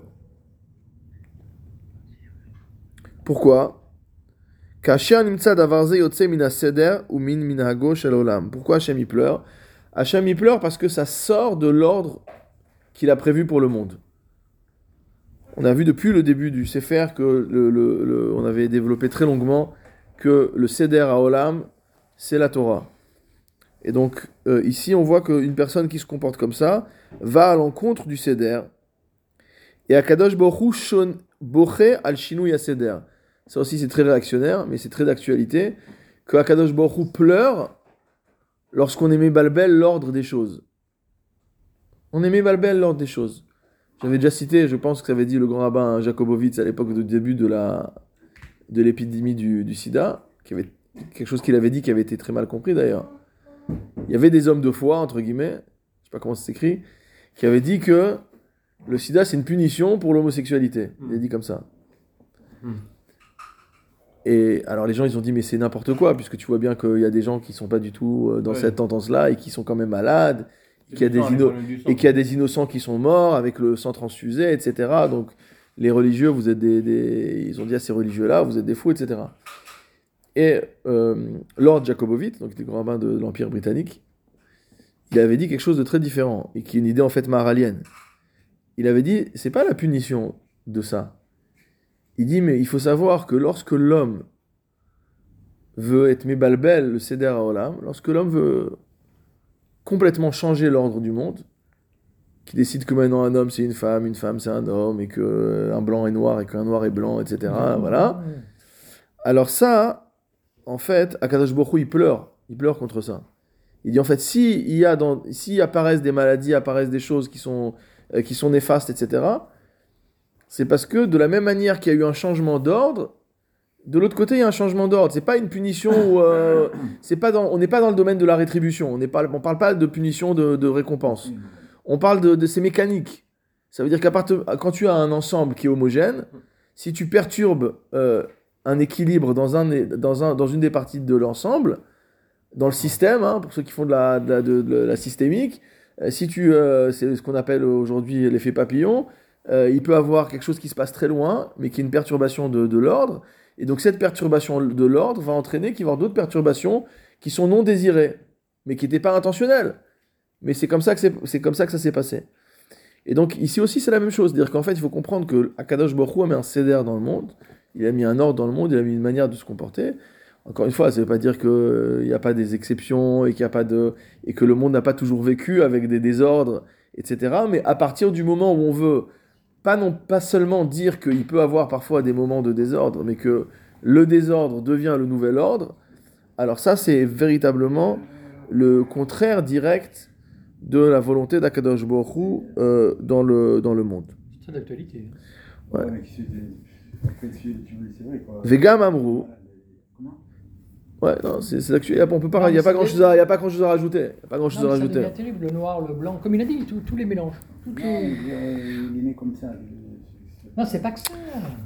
Pourquoi? Pourquoi Hachem il pleure? Hachem il pleure parce que ça sort de l'ordre qu'il a prévu pour le monde. On a vu depuis le début du Sefer que le, le- le- on avait développé très longuement que le Seder à Olam, c'est la Torah. Et donc euh, ici on voit qu'une personne qui se comporte comme ça va à l'encontre du Seder. Et Akadosh Baruch Hu shon boché al shinui Seder. Ça aussi c'est très réactionnaire, mais c'est très d'actualité, que Akadosh Baruch Hu pleure lorsqu'on aimait balbel l'ordre des choses. On aimait balbel l'ordre des choses. J'avais déjà cité, je pense que ça avait dit le grand rabbin Jacobovitz à l'époque du début de, la, de l'épidémie du, du sida, qui avait, quelque chose qu'il avait dit qui avait été très mal compris d'ailleurs. Il y avait des hommes de foi, entre guillemets, je sais pas comment ça s'écrit, qui avaient dit que le sida c'est une punition pour l'homosexualité. Il a dit comme ça. Mm. Et alors les gens ils ont dit mais c'est n'importe quoi, puisque tu vois bien qu'il y a des gens qui sont pas du tout euh, dans Ouais. cette tendance-là et qui sont quand même malades, et qu'il y a des, Non, les inno- problèmes du sang. et qu'il y a des innocents qui sont morts avec le sang transfusé, et cetera. Donc les religieux, vous êtes des, des- ils ont dit à ces religieux-là, vous êtes des fous, et cetera. Et euh, Lord Jacobovitz, donc le grand rabbin de l'Empire britannique, il avait dit quelque chose de très différent, et qui est une idée en fait maharalienne. Il avait dit, c'est pas la punition de ça. Il dit, mais il faut savoir que lorsque l'homme veut être mébalbel, le Seder Haolam, lorsque l'homme veut complètement changer l'ordre du monde, qui décide que maintenant un homme c'est une femme, une femme c'est un homme, et que un blanc est noir, et qu'un noir est blanc, et cetera. Voilà. Alors ça, en fait, Akadosh Baruch Hu, il pleure. Il pleure contre ça. Il dit en fait, si il y a dans, si apparaissent des maladies, apparaissent des choses qui sont, euh, qui sont néfastes, et cetera, c'est parce que de la même manière qu'il y a eu un changement d'ordre, de l'autre côté il y a un changement d'ordre. C'est pas une punition où, euh, c'est pas dans, on n'est pas dans le domaine de la rétribution. On n'est pas, on parle pas de punition, de, de récompense. On parle de, de ces mécaniques. Ça veut dire qu'à partir, quand tu as un ensemble qui est homogène, si tu perturbes euh, un équilibre dans, un, dans, un, dans une des parties de l'ensemble, dans le système, hein, pour ceux qui font de la, de la, de, de la systémique, euh, si tu, euh, c'est ce qu'on appelle aujourd'hui l'effet papillon, euh, il peut avoir quelque chose qui se passe très loin, mais qui est une perturbation de, de l'ordre, et donc cette perturbation de l'ordre va entraîner qu'il va y avoir d'autres perturbations qui sont non désirées, mais qui n'étaient pas intentionnelles. Mais c'est comme ça que c'est, c'est comme ça que ça s'est passé. Et donc ici aussi c'est la même chose, c'est-à-dire qu'en fait il faut comprendre que Akadosh Baruch Hu a mis un seder dans le monde, il a mis un ordre dans le monde, il a mis une manière de se comporter. Encore une fois, ça ne veut pas dire qu'il n'y a pas des exceptions et, qu'il y a pas de, et que le monde n'a pas toujours vécu avec des désordres, et cetera. Mais à partir du moment où on veut, pas, non, pas seulement dire qu'il peut avoir parfois des moments de désordre, mais que le désordre devient le nouvel ordre, alors ça c'est véritablement le contraire direct de la volonté d'Akadosh Baruch Hu euh, dans, le, dans le monde. C'est d'actualité. Ouais. Ouais, mais c'est- c'est- c'est vrai, quoi. Vegam Amrou. Comment Ouais, non, c'est, c'est d'actu- on peut pas, Non, il n'y a mais pas c'est- grand chose à, il y a pas grand chose à rajouter. Il y a pas grand chose Non, à mais ça rajouter. devient terrible, le noir, le blanc, comme il a dit, tous tous les mélanges. Tout Non, est- il est- il est né comme ça. je- Non, c'est pas que ça.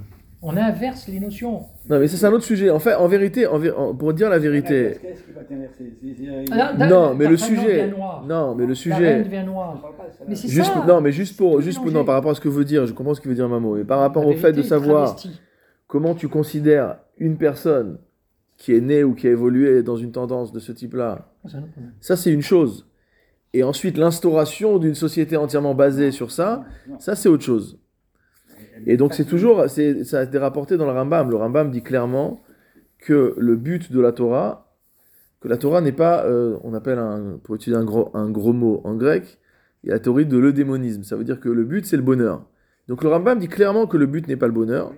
On inverse les notions. Non, mais ça, c'est un autre sujet. En fait, en vérité, en vé- en- pour dire la vérité. Qu'est-ce qu'est-ce qui va t'inverser C'est- c'est- Ah, là, Non, mais ta le femme sujet. devient noire. Non, mais le La reine sujet. devient On noire. parle pas de ça, là. Mais c'est Juste, ça. non, mais juste pour, Tout juste pour, mélangé. non, par rapport à ce que veut dire, je comprends ce que veut dire Mamo. Et par rapport La au fait de vérité est savoir travestie. comment tu considères une personne qui est née ou qui a évolué dans une tendance de ce type-là, Ah, c'est un autre problème. ça c'est une chose. Et ensuite, l'instauration d'une société entièrement basée sur ça, Non. ça c'est autre chose. Et donc c'est toujours, c'est, ça a été rapporté dans le Rambam. Le Rambam dit clairement que le but de la Torah, que la Torah n'est pas, euh, on appelle, un, pour utiliser un gros, un gros mot en grec, il y a la théorie de l'eudémonisme. Ça veut dire que le but c'est le bonheur. Donc le Rambam dit clairement que le but n'est pas le bonheur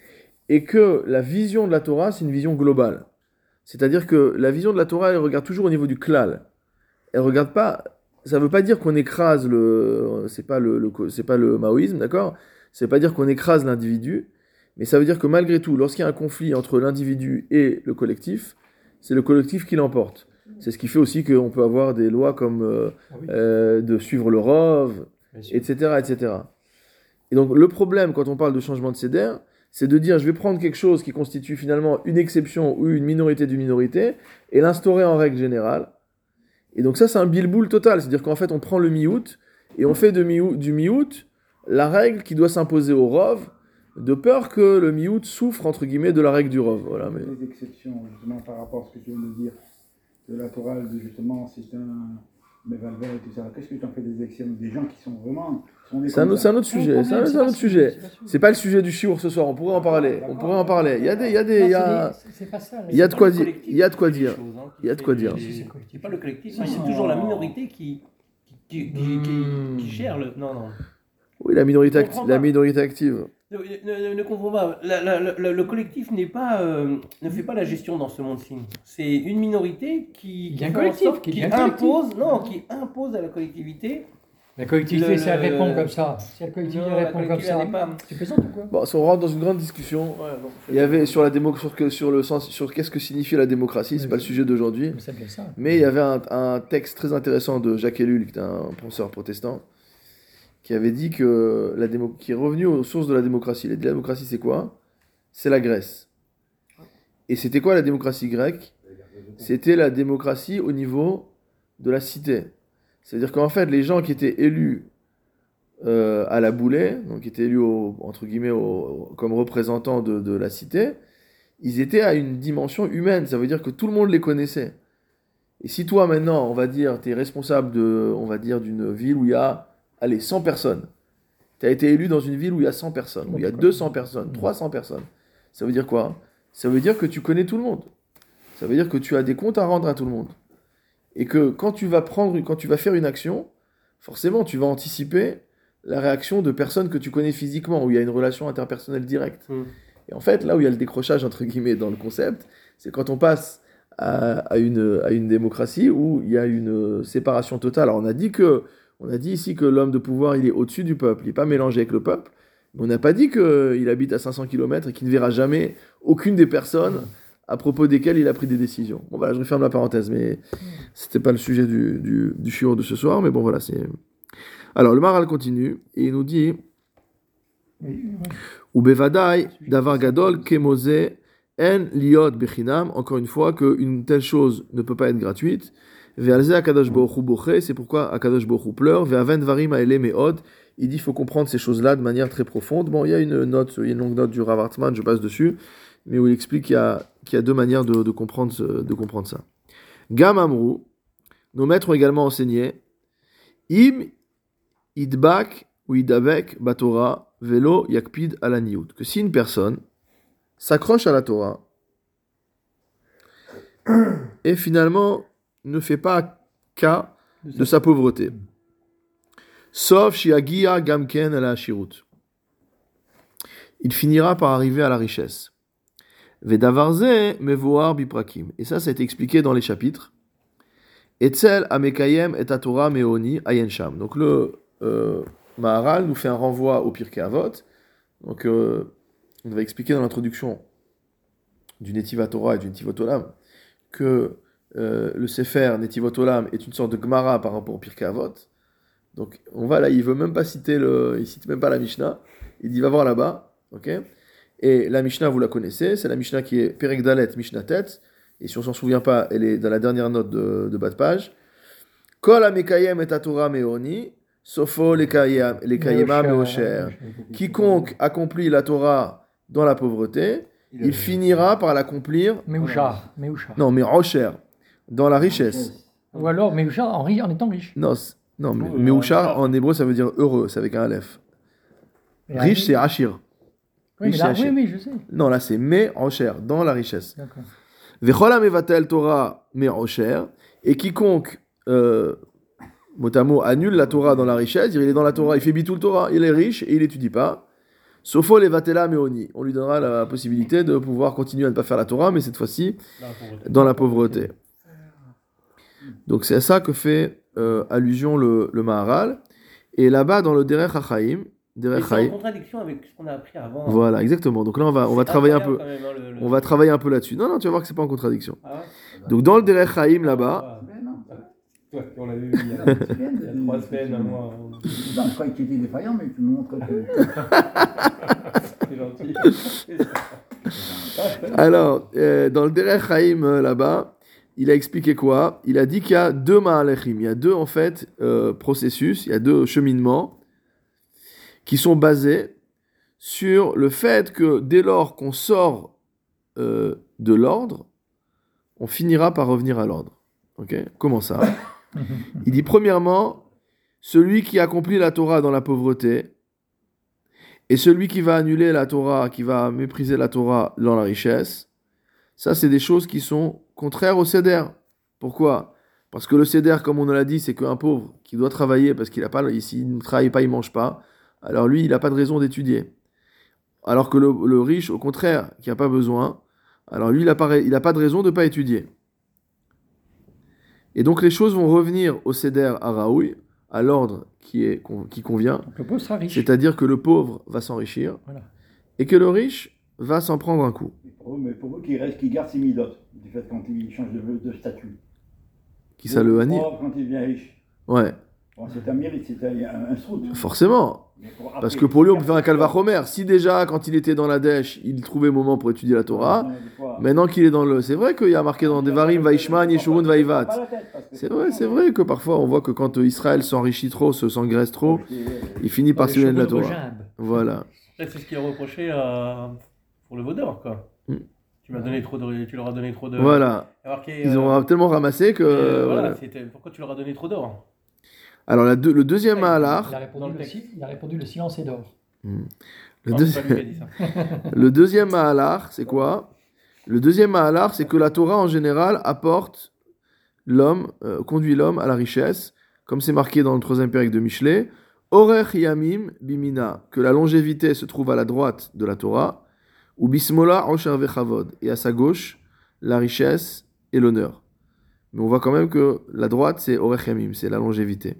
et que la vision de la Torah c'est une vision globale. C'est-à-dire que la vision de la Torah elle regarde toujours au niveau du klal. Elle regarde pas, ça veut pas dire qu'on écrase le, c'est pas le, le c'est pas le maoïsme, d'accord? Ça veut pas dire qu'on écrase l'individu, Mais ça veut dire que malgré tout, lorsqu'il y a un conflit entre l'individu et le collectif, c'est le collectif qui l'emporte. C'est ce qui fait aussi qu'on peut avoir des lois comme euh, Ah oui. euh, de suivre le rov, Bien sûr. et cetera, et cetera. Et donc le problème quand on parle de changement de seder, c'est de dire je vais prendre quelque chose qui constitue finalement une exception ou une minorité d'une minorité et l'instaurer en règle générale. Et donc ça c'est un bilboul total, c'est-à-dire qu'en fait on prend le mi-août et on fait de mi-août, du mi-août la règle qui doit s'imposer au rov, de peur que le mi-août souffre entre guillemets de la règle du rov. Voilà, mais... Des exceptions, justement, par rapport à ce que tu viens de dire, de la Torah, de justement, c'est un Mevalvel et tout ça. Qu'est-ce que tu en fais des exceptions? Des gens qui sont vraiment. Sont C'est un, autre- c'est un autre sujet, c'est un, c'est un autre sujet. C'est pas le sujet du shiur ce soir, on pourrait en parler, on pourrait en parler. Il y a des, il y a des, il y a, C'est pas ça. il y a de C'est quoi pas le dire, collectif il y a de qui quoi fait les dire. choses, hein, qui Il y a de fait quoi les- dire. les- Si, c'est collectif. C'est pas le collectif, Non, c'est non. toujours la minorité qui, qui, qui, qui, Hmm. qui gère le. Non, non. Oui, la minorité, Je acti- comprends la pas. minorité active. Ne, ne, ne- ne comprends pas. La- la- la- le collectif n'est pas, euh, ne fait pas la gestion dans ce monde-ci. C'est une minorité qui, Il y qui a un fait en collectif, sorte- qui qui devient collectif. impose, non, qui impose à la collectivité. La collectivité, Le- si elle le- répond comme ça, si la collectivité Non, la répond comme collectivité, ça, elle n'est pas- tu plaisantes ou quoi? Bon, si on rentre dans une grande discussion, Ouais, bon, il y avait sur la démo, sur, que- sur le sens, sur qu'est-ce que signifie la démocratie, c'est pas le sujet d'aujourd'hui. Mais c'est bien ça. Mais il y avait un, un texte très intéressant de Jacques Ellul, qui est un penseur protestant, qui avait dit que la démo, qui est revenu aux sources de la démocratie. Il a dit la démocratie c'est quoi? C'est la Grèce. Et c'était quoi la démocratie grecque? C'était la démocratie au niveau de la cité. C'est-à-dire qu'en fait, les gens qui étaient élus euh, à la Boulée, donc qui étaient élus au- entre guillemets au- comme représentants de, de la cité, ils étaient à une dimension humaine. Ça veut dire que tout le monde les connaissait. Et si toi maintenant, on va dire, tu es responsable de, on va dire, d'une ville où il y a, allez, cent personnes. Tu as été élu dans une ville où il y a cent personnes, où il y a deux cents personnes, trois cents personnes. Ça veut dire quoi? Ça veut dire que tu connais tout le monde. Ça veut dire que tu as des comptes à rendre à tout le monde. Et que quand tu vas prendre, quand tu vas faire une action, forcément, tu vas anticiper la réaction de personnes que tu connais physiquement, où il y a une relation interpersonnelle directe. Mm. Et en fait, là où il y a le décrochage, entre guillemets, dans le concept, c'est quand on passe à, à une, à une démocratie où il y a une séparation totale. Alors on a dit que, on a dit ici que l'homme de pouvoir, il est au-dessus du peuple, il n'est pas mélangé avec le peuple. Mais on n'a pas dit qu'il habite à cinq cents kilomètres et qu'il ne verra jamais aucune des personnes à propos desquelles il a pris des décisions. Bon voilà, je referme la parenthèse, mais c'était pas le sujet du, du, du shiur de ce soir, mais bon voilà, c'est... Alors le Maharal continue, et il nous dit... Ou bevadai davar gadol kemose en liot bechinam, encore une fois qu'une telle chose ne peut pas être gratuite. Ve'alze akadosh baruch hu boche, c'est pourquoi akadosh baruch hu pleure. Ve'aven varim aele meod, il dit qu'il faut comprendre ces choses-là de manière très profonde. Bon, il y a une note, il y a une longue note du Rav Hartman, je passe dessus, mais où il explique qu'il y a, qu'il y a deux manières de, de, comprendre, ce, de comprendre ça. Gam amrou, nos maîtres ont également enseigné im idbak ou idabek batora velo yakpid alaniout, que si une personne s'accroche à la Torah et finalement ne fait pas cas de sa pauvreté, sauf shiagia gamken ala shirut, il finira par arriver à la richesse. Vedavarze mevoar biprakim, et ça, ça a été expliqué dans les chapitres. Etzel amekayem et Torah meoni ayensham. Donc le euh, Maharal nous fait un renvoi au Pirkei Avot. Donc euh, on va expliquer dans l'introduction du Netiv Torah et du Netivot Olam que euh, le Sefer Netivot Olam est une sorte de Gemara par rapport au Pirkei Avot. Donc on va là, il veut même pas citer le, il cite même pas la Mishnah. Il dit va voir là-bas, ok. Et la Mishnah vous la connaissez, c'est la Mishnah qui est Perek Dalet Mishnah Tet. Et si on s'en souvient pas, elle est dans la dernière note de, de bas de page. Kol amekayem et Torah meoni, sofo lekayema meosher. Quiconque accomplit la Torah dans la pauvreté, il finira par l'accomplir. Meouchar, Meouchar. Non, mais Rocher, dans la richesse. Ou alors Meouchar en, ri- en étant riche. Non, c'est- non mais Oui, Meuchar en- en hébreu ça veut dire heureux, c'est avec un aleph. Riche c'est Achir. Oui, mais riche, là, c'est oui, Hachir. oui, je sais. Non, là c'est me Rocher, dans la richesse. D'accord. Vechol amevatel Torah me Rocher, et quiconque euh, mot à mot annule la Torah dans la richesse, il est dans la Torah, il fait bitul Torah, il est riche et il étudie pas. Sofo levatela meoni, on lui donnera la possibilité de pouvoir continuer à ne pas faire la Torah, mais cette fois-ci dans la pauvreté. Donc c'est à ça que fait euh, allusion le, le Maharal. Et là-bas, dans le Derech HaChaim, Mais Derech c'est en Chaim. contradiction avec ce qu'on a appris avant. Voilà, exactement. Donc là, on va, on va C'est travailler un incroyable peu. quand même, hein, le- le- On va travailler un peu là-dessus. Non, non, tu vas voir que c'est pas en contradiction. Ah ouais. Donc dans le Derech Chaim là-bas, Ah, Mais non. toi, on l'a vu il y a, C'est bien de- il y a trois semaines, un mois. hein. Non, je croyais que tu étais défaillant, mais tu me montres que. C'est gentil. alors euh, dans le Derech Chaim euh, là-bas, il a expliqué quoi? Il a dit qu'il y a deux Ma'alechim, il y a deux en fait euh, processus, il y a deux cheminements qui sont basés sur le fait que dès lors qu'on sort euh, de l'ordre, on finira par revenir à l'ordre. Ok? Comment ça? Il dit premièrement, celui qui accomplit la Torah dans la pauvreté et celui qui va annuler la Torah, qui va mépriser la Torah dans la richesse, ça c'est des choses qui sont contraires au Seder. Pourquoi? Parce que le Seder, comme on l'a dit, c'est qu'un pauvre qui doit travailler parce qu'il a pas, s'il ne travaille pas, il mange pas. Alors lui, il n'a pas de raison d'étudier. Alors que le, le riche, au contraire, qui n'a pas besoin, alors lui, il n'a pas, il a pas de raison de ne pas étudier. Et donc les choses vont revenir au Seder à Raoui, à l'ordre qui, est, qui convient, Donc le pauvre sera riche. c'est-à-dire que le pauvre va s'enrichir Voilà. et que le riche va s'en prendre un coup. Mais pour eux, mais pour eux qui reste, qui garde ses midotes, du fait quand il change de, de statut. Qui ça le hannit? Pauvre, quand il devient riche. Ouais, Bon, c'est un mérite, c'est un, un sroute. forcément. Mais pour après, Parce que pour lui, on peut faire un calvachomer. Si déjà, quand il était dans la dèche, il trouvait un moment pour étudier la Torah, Non, des fois- maintenant qu'il est dans le... C'est vrai qu'il y a marqué dans Devarim, Vaishman, Yeshurun, Vaivat. C'est vrai, c'est vrai que parfois, on voit que quand Israël s'enrichit trop, se s'engraisse trop, il finit par Les s'éloigner de la chevaux de Torah. Rojab. Voilà. C'est ce qui est reproché à... pour le vaudor, quoi. Mm. Tu m'as donné trop de... Tu leur as donné trop de... Voilà. Il y a marqué, Ils ont euh, tellement ramassé que... euh, voilà, voilà. c'était- pourquoi tu leur as donné trop d'or? Alors, la deux- le deuxième Il a Mahalar, Dans répondu, le le, texte. si- il a répondu le silence est d'or. le, Non, deux- c'est pas lui qui a dit ça. le deuxième Mahalar, c'est quoi? Le deuxième Mahalar, c'est que la Torah, en général, apporte l'homme, euh, conduit l'homme à la richesse, comme c'est marqué dans le troisième période de Michelet, Orech Yamim Bimina, que la longévité se trouve à la droite de la Torah, ou Bismola Osher Vechavod, et à sa gauche, la richesse et l'honneur. Mais on voit quand même que la droite, c'est Orech Yamim, c'est la longévité.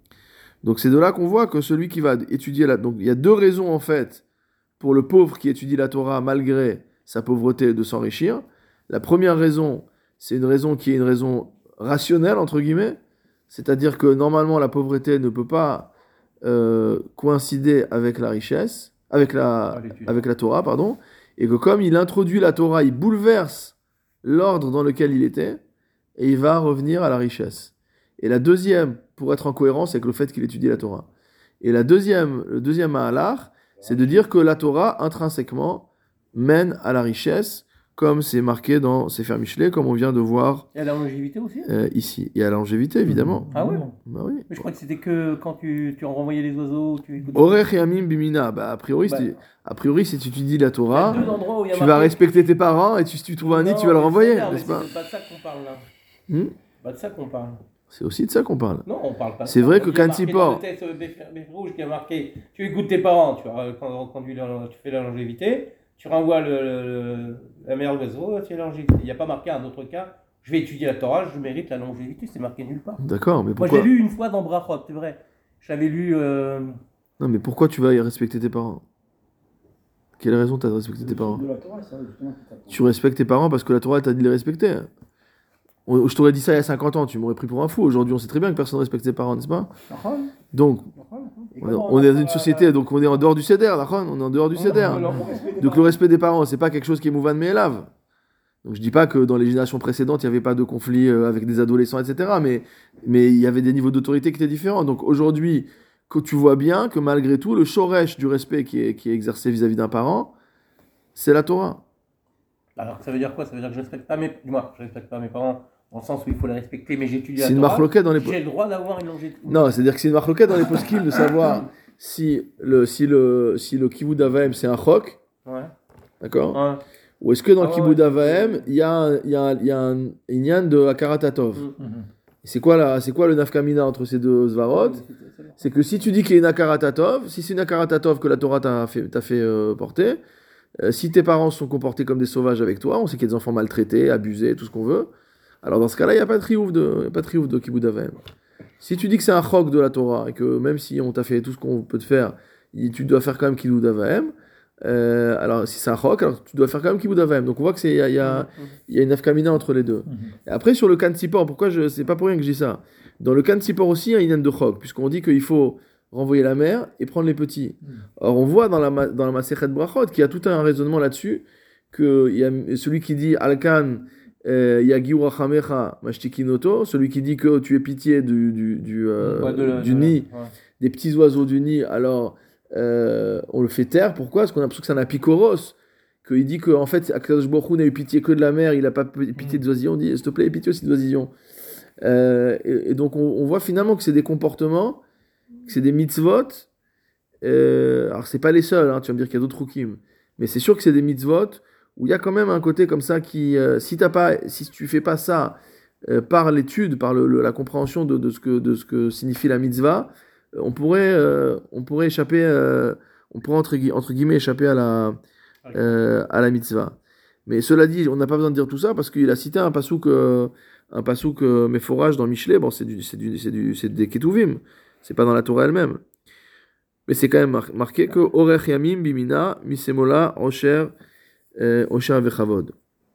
Donc c'est de là qu'on voit que celui qui va étudier la... Donc il y a deux raisons en fait pour le pauvre qui étudie la Torah malgré sa pauvreté de s'enrichir. La première raison, c'est une raison qui est une raison rationnelle, entre guillemets, c'est-à-dire que normalement la pauvreté ne peut pas euh, coïncider avec la richesse, avec la, Ah, l'étude. avec la Torah, pardon, et que comme il introduit la Torah, il bouleverse l'ordre dans lequel il était, et il va revenir à la richesse. Et la deuxième, pour être en cohérence avec le fait qu'il étudie la Torah. Et la deuxième, le deuxième mahalar, c'est de dire que la Torah, intrinsèquement, mène à la richesse, comme c'est marqué dans Sefer Michelet, comme on vient de voir Il y a la longévité aussi? euh, ici. Et à la longévité, évidemment. Ah ouais? Bah oui. Mais je crois que c'était que quand tu, tu en renvoyais les oiseaux, tu écoutes. Orech Yamim Bimina. Bah, a priori, Bah. si, a priori, si tu étudies la Il y a Torah, deux endroits où il y a tu vas marqué- respecter tes parents, et tu- si tu trouves un nid, Non, tu vas le mais renvoyer, c'est ça, n'est-ce mais pas? C'est pas de ça qu'on parle là. Hmm Pas de ça qu'on parle. C'est aussi de ça qu'on parle. Non, on parle pas. de C'est ça. vrai Il que y a quand marqué il dans porte- le texte euh, Bef- Bef rouge qui a marqué tu écoutes tes parents, tu as quand, conduit la- tu fais la longévité, tu renvoies le, le- la mère d'oiseau, tu fais la longévité. Il n'y a pas marqué un autre cas. Je vais étudier la Torah, je mérite la longévité, c'est marqué nulle part. D'accord, mais Moi, pourquoi j'ai lu une fois dans Brachot, c'est vrai. J'avais lu. euh, Non, mais pourquoi tu vas y respecter tes parents? Quelle raison t'as de respecter tes parents? De la Torah, ça, justement, qui t'apprend. Tu respectes tes parents parce que la Torah t'a dit de les respecter. On- Je t'aurais dit ça il y a cinquante ans, tu m'aurais pris pour un fou. Aujourd'hui, on sait très bien que personne ne respecte ses parents, n'est-ce pas? Donc, Et on est, comment on est dans va une faire société, la- donc on est en dehors du Seder, d'accord? On est en dehors du Seder. Alors, pour respecter Donc les le respect des parents, c'est pas quelque chose qui est mouvan mais élave. Donc je dis pas que dans les générations précédentes, il n'y avait pas de conflit euh, avec des adolescents, et cetera. Mais mais il y avait des niveaux d'autorité qui étaient différents. Donc aujourd'hui, que tu vois bien que malgré tout, le shoresh du respect qui est, qui est exercé vis-à-vis d'un parent, c'est la Torah. Alors ça veut dire quoi? Ça veut dire que je respecte pas mes. Dis-moi, je respecte pas mes parents dans le sens où il faut les respecter, mais j'étudie la C'est une Torah. marloquette dans les... J'ai le droit d'avoir une longévité. Non, c'est-à-dire que c'est une marloquette dans les poskim de savoir si le, si le, si le kibbutz avaim c'est un chok, Ouais. d'accord? Ouais. Ou est-ce que dans Ah le ouais, kibbutz ouais. avaim, il y a, un- il y a, un- il y a un inyan de akaratatov? Mm. C'est quoi, la, c'est quoi le nafkamina entre ces deux svarot? C'est que si tu dis qu'il y a une akaratatov, si c'est une akaratatov que la Torah t'a fait, t'a fait euh, porter, euh, si tes parents se sont comportés comme des sauvages avec toi, on sait qu'il y a des enfants maltraités, abusés, tout ce qu'on veut, alors dans ce cas-là, il n'y a pas de triomphe de, il y a pas de triomphe de kibbutz avaim. Si tu dis que c'est un chok de la Torah, et que même si on t'a fait tout ce qu'on peut te faire, il- tu dois faire quand même Kibbout Avaim. Euh, alors, si c'est un Chok, alors tu dois faire quand même Kibbout Avaim. Donc, on voit qu'il y a, il y, a, il y a une nafkamina entre les deux. Et après, sur le Kan Tzipor, pourquoi je. C'est pas pour rien que je dis ça. Dans le Kan Tzipor aussi, il y a une inyan de Chok, puisqu'on dit qu'il faut renvoyer la mère et prendre les petits. Or, on voit dans la, ma- dans la Masechet Brachot qu'il y a tout un raisonnement là-dessus, qu'il y a celui qui dit Alkan. Yagiu Rachamecha Mashtikinoto, celui qui dit que tu aies pitié du, du, du, euh, Ouais, de la- du de la- nid, ouais. des petits oiseaux du nid, alors euh, on le fait taire. Pourquoi? Parce qu'on a l'impression que c'est un apikoros, qu'il dit qu'en fait, Akadosh Baruch Hu n'a eu pitié que de la mer, il n'a pas pitié des oisillons. On dit, s'il te plaît, aie pitié aussi des oisillons. Euh, et, et donc on, on voit finalement que c'est des comportements, que c'est des mitzvot. Euh, alors c'est pas les seuls, hein, tu vas me dire qu'il y a d'autres hukim, mais c'est sûr que c'est des mitzvot où il y a quand même un côté comme ça qui, euh, si t'as pas, si tu fais pas ça euh, par l'étude, par le, le- la compréhension de, de ce que de ce que signifie la mitzvah, euh, on pourrait euh, on pourrait échapper, euh, on pourrait entre, gui- entre guillemets échapper à la euh, à la mitzvah. Mais cela dit, on n'a pas besoin de dire tout ça parce qu'il a cité un pasouk euh, un pasouk euh, méforage dans Michelet. Bon, c'est du c'est du c'est du c'est des ketuvim, c'est pas dans la Torah elle-même. Mais c'est quand même mar- marqué que Orech Yamim Bimina Misemola Osher euh, Osher Vechavod.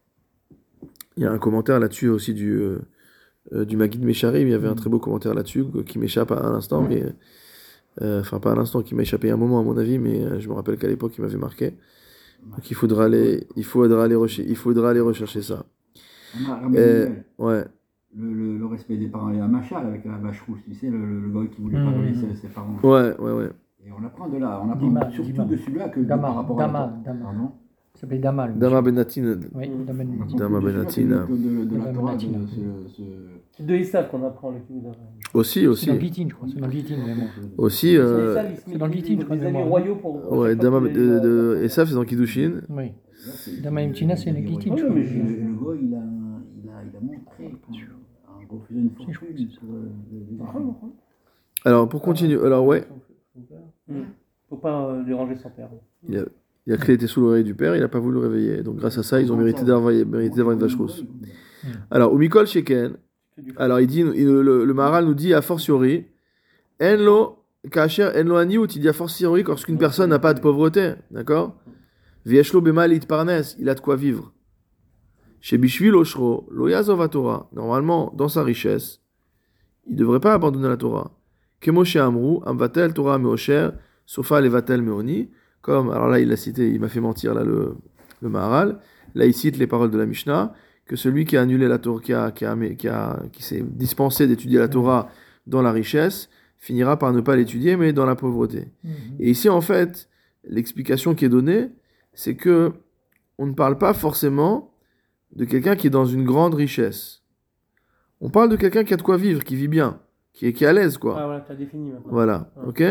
Il y a un commentaire là-dessus aussi du, euh, euh, du Maguid Mesharim. Il y avait un très beau commentaire là-dessus euh, qui m'échappe à l'instant, mais euh, enfin pas à l'instant, qui m'a échappé un moment à mon avis, mais euh, je me rappelle qu'à l'époque il m'avait marqué. Donc il faudra aller, il faudra aller, recher- il faudra aller rechercher ça. On a Euh, ramené ouais. le, le, le respect des parents et la machal avec la vache rouge, tu sais, le, le, le gars qui voulait pas Mm. laisser ses parents. Ouais, ouais, ouais. Et on apprend de là, on apprend Dima, surtout Dima. de celui-là que de- Dama, par rapport à la Dama, Torah. Dama. Pardon. Ça s'appelait Dama. le Dama monsieur. Benatin. Oui, On Dama apprend Benatin. Dama plus de celui-là Benatina. que de, de, de la Dama Torah, de Benatina. ce, ce... C'est de Issaf qu'on apprend le Kibbout Avaim. Aussi, C'est aussi. dans le Gitin, je crois. C'est dans le Gitin, vraiment. Aussi, C'est euh, Issaf, il se c'est met dans le des- Gitin, je crois, des de années mémoire. royaux pour. ouais, chaque Dama fois de, qu'il y a eu, de, euh, Esav, c'est dans Kiddushin. Oui. Dama Imtina, c'est le Gitin, Ouais, je crois. mais Le, je- le gars, il a, il a, il a montré en refusant une fortune sur euh, les enfants. Alors, pour continuer, alors ouais, Mm. Faut pas euh, déranger son père. il a, il a clé était sous l'oreille du père, il n'a pas voulu le réveiller. Donc, grâce à ça, ils ont mérité d'avoir, mérité d'avoir une vache rousse. Alors, au Mikol Sheken, alors il dit, il- le, le Maharal nous dit a fortiori, Enlo, Kacher, Enlo Aniut, il dit a fortiori lorsqu'une personne n'a pas de pauvreté, d'accord? Vieshlo Bemal Itparnes, il a de quoi vivre. Chez Bishvil Oshro, Lo Yazov Torah, normalement, dans sa richesse, il ne devrait pas abandonner la Torah. Kemoshe Amrou, Amvatel Torah Meosher, Sofa Levatel Meoni, comme, alors là il l'a cité, il m'a fait mentir là le, le Maharal, là il cite les paroles de la Mishnah, que celui qui a annulé la Torah, qui, a, qui, a, qui, a, qui s'est dispensé d'étudier la Torah dans la richesse, finira par ne pas l'étudier, mais dans la pauvreté. Mhm. Et ici, en fait, l'explication qui est donnée, c'est que on ne parle pas forcément de quelqu'un qui est dans une grande richesse. On parle de quelqu'un qui a de quoi vivre, qui vit bien, qui est, qui est à l'aise, quoi. Ah voilà, t'as défini maintenant. Voilà, Ouais. ok.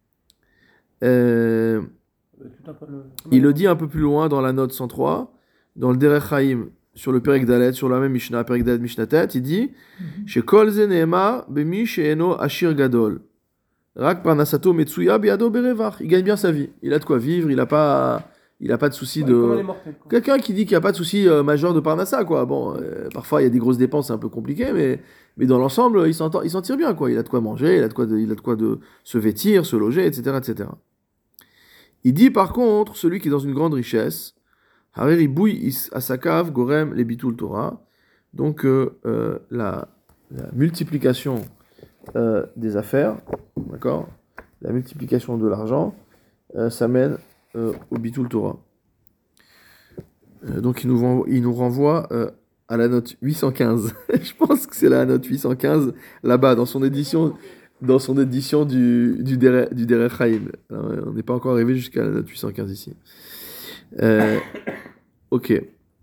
Euh, Euh, tout un peu le- il le dit un peu plus loin dans la note cent trois, dans le Derech Chaim, sur le Perek Dalet, sur la même Mishnah, Perek Dalet Mishnah Tet, il dit chez Kol ze ne'emar bemi she'eno ashir gadol. Rak parnasato metsuya biado berevach. Il gagne bien sa vie. Il a de quoi vivre, il a pas, il a pas de souci Ouais, comme les de. mortels, quoi. Quelqu'un qui dit qu'il n'y a pas de souci euh, majeur de parnassa, quoi. Bon, euh, parfois il y a des grosses dépenses, c'est un peu compliqué, mais, mais dans l'ensemble, il s'en, il s'en tire bien, quoi. Il a de quoi manger, il a de quoi de, il a de quoi de se vêtir, se loger, et cetera, et cetera. Il dit par contre, celui qui est dans une grande richesse, Hariri bouille is asakav gorem les bitul Torah. Donc euh, euh, la, la multiplication euh, des affaires, d'accord, la multiplication de l'argent, euh, ça mène euh, au bitul Torah. Euh, donc il nous renvoie, il nous renvoie euh, à la note huit cent quinze. Je pense que c'est la note huit cent quinze là-bas dans son édition. Dans son édition du, du, Derech, du Derech Chaim. Alors, on n'est pas encore arrivé jusqu'à la note huit cent quinze ici. Euh, ok.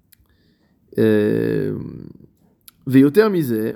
Euh, Veyoter misé,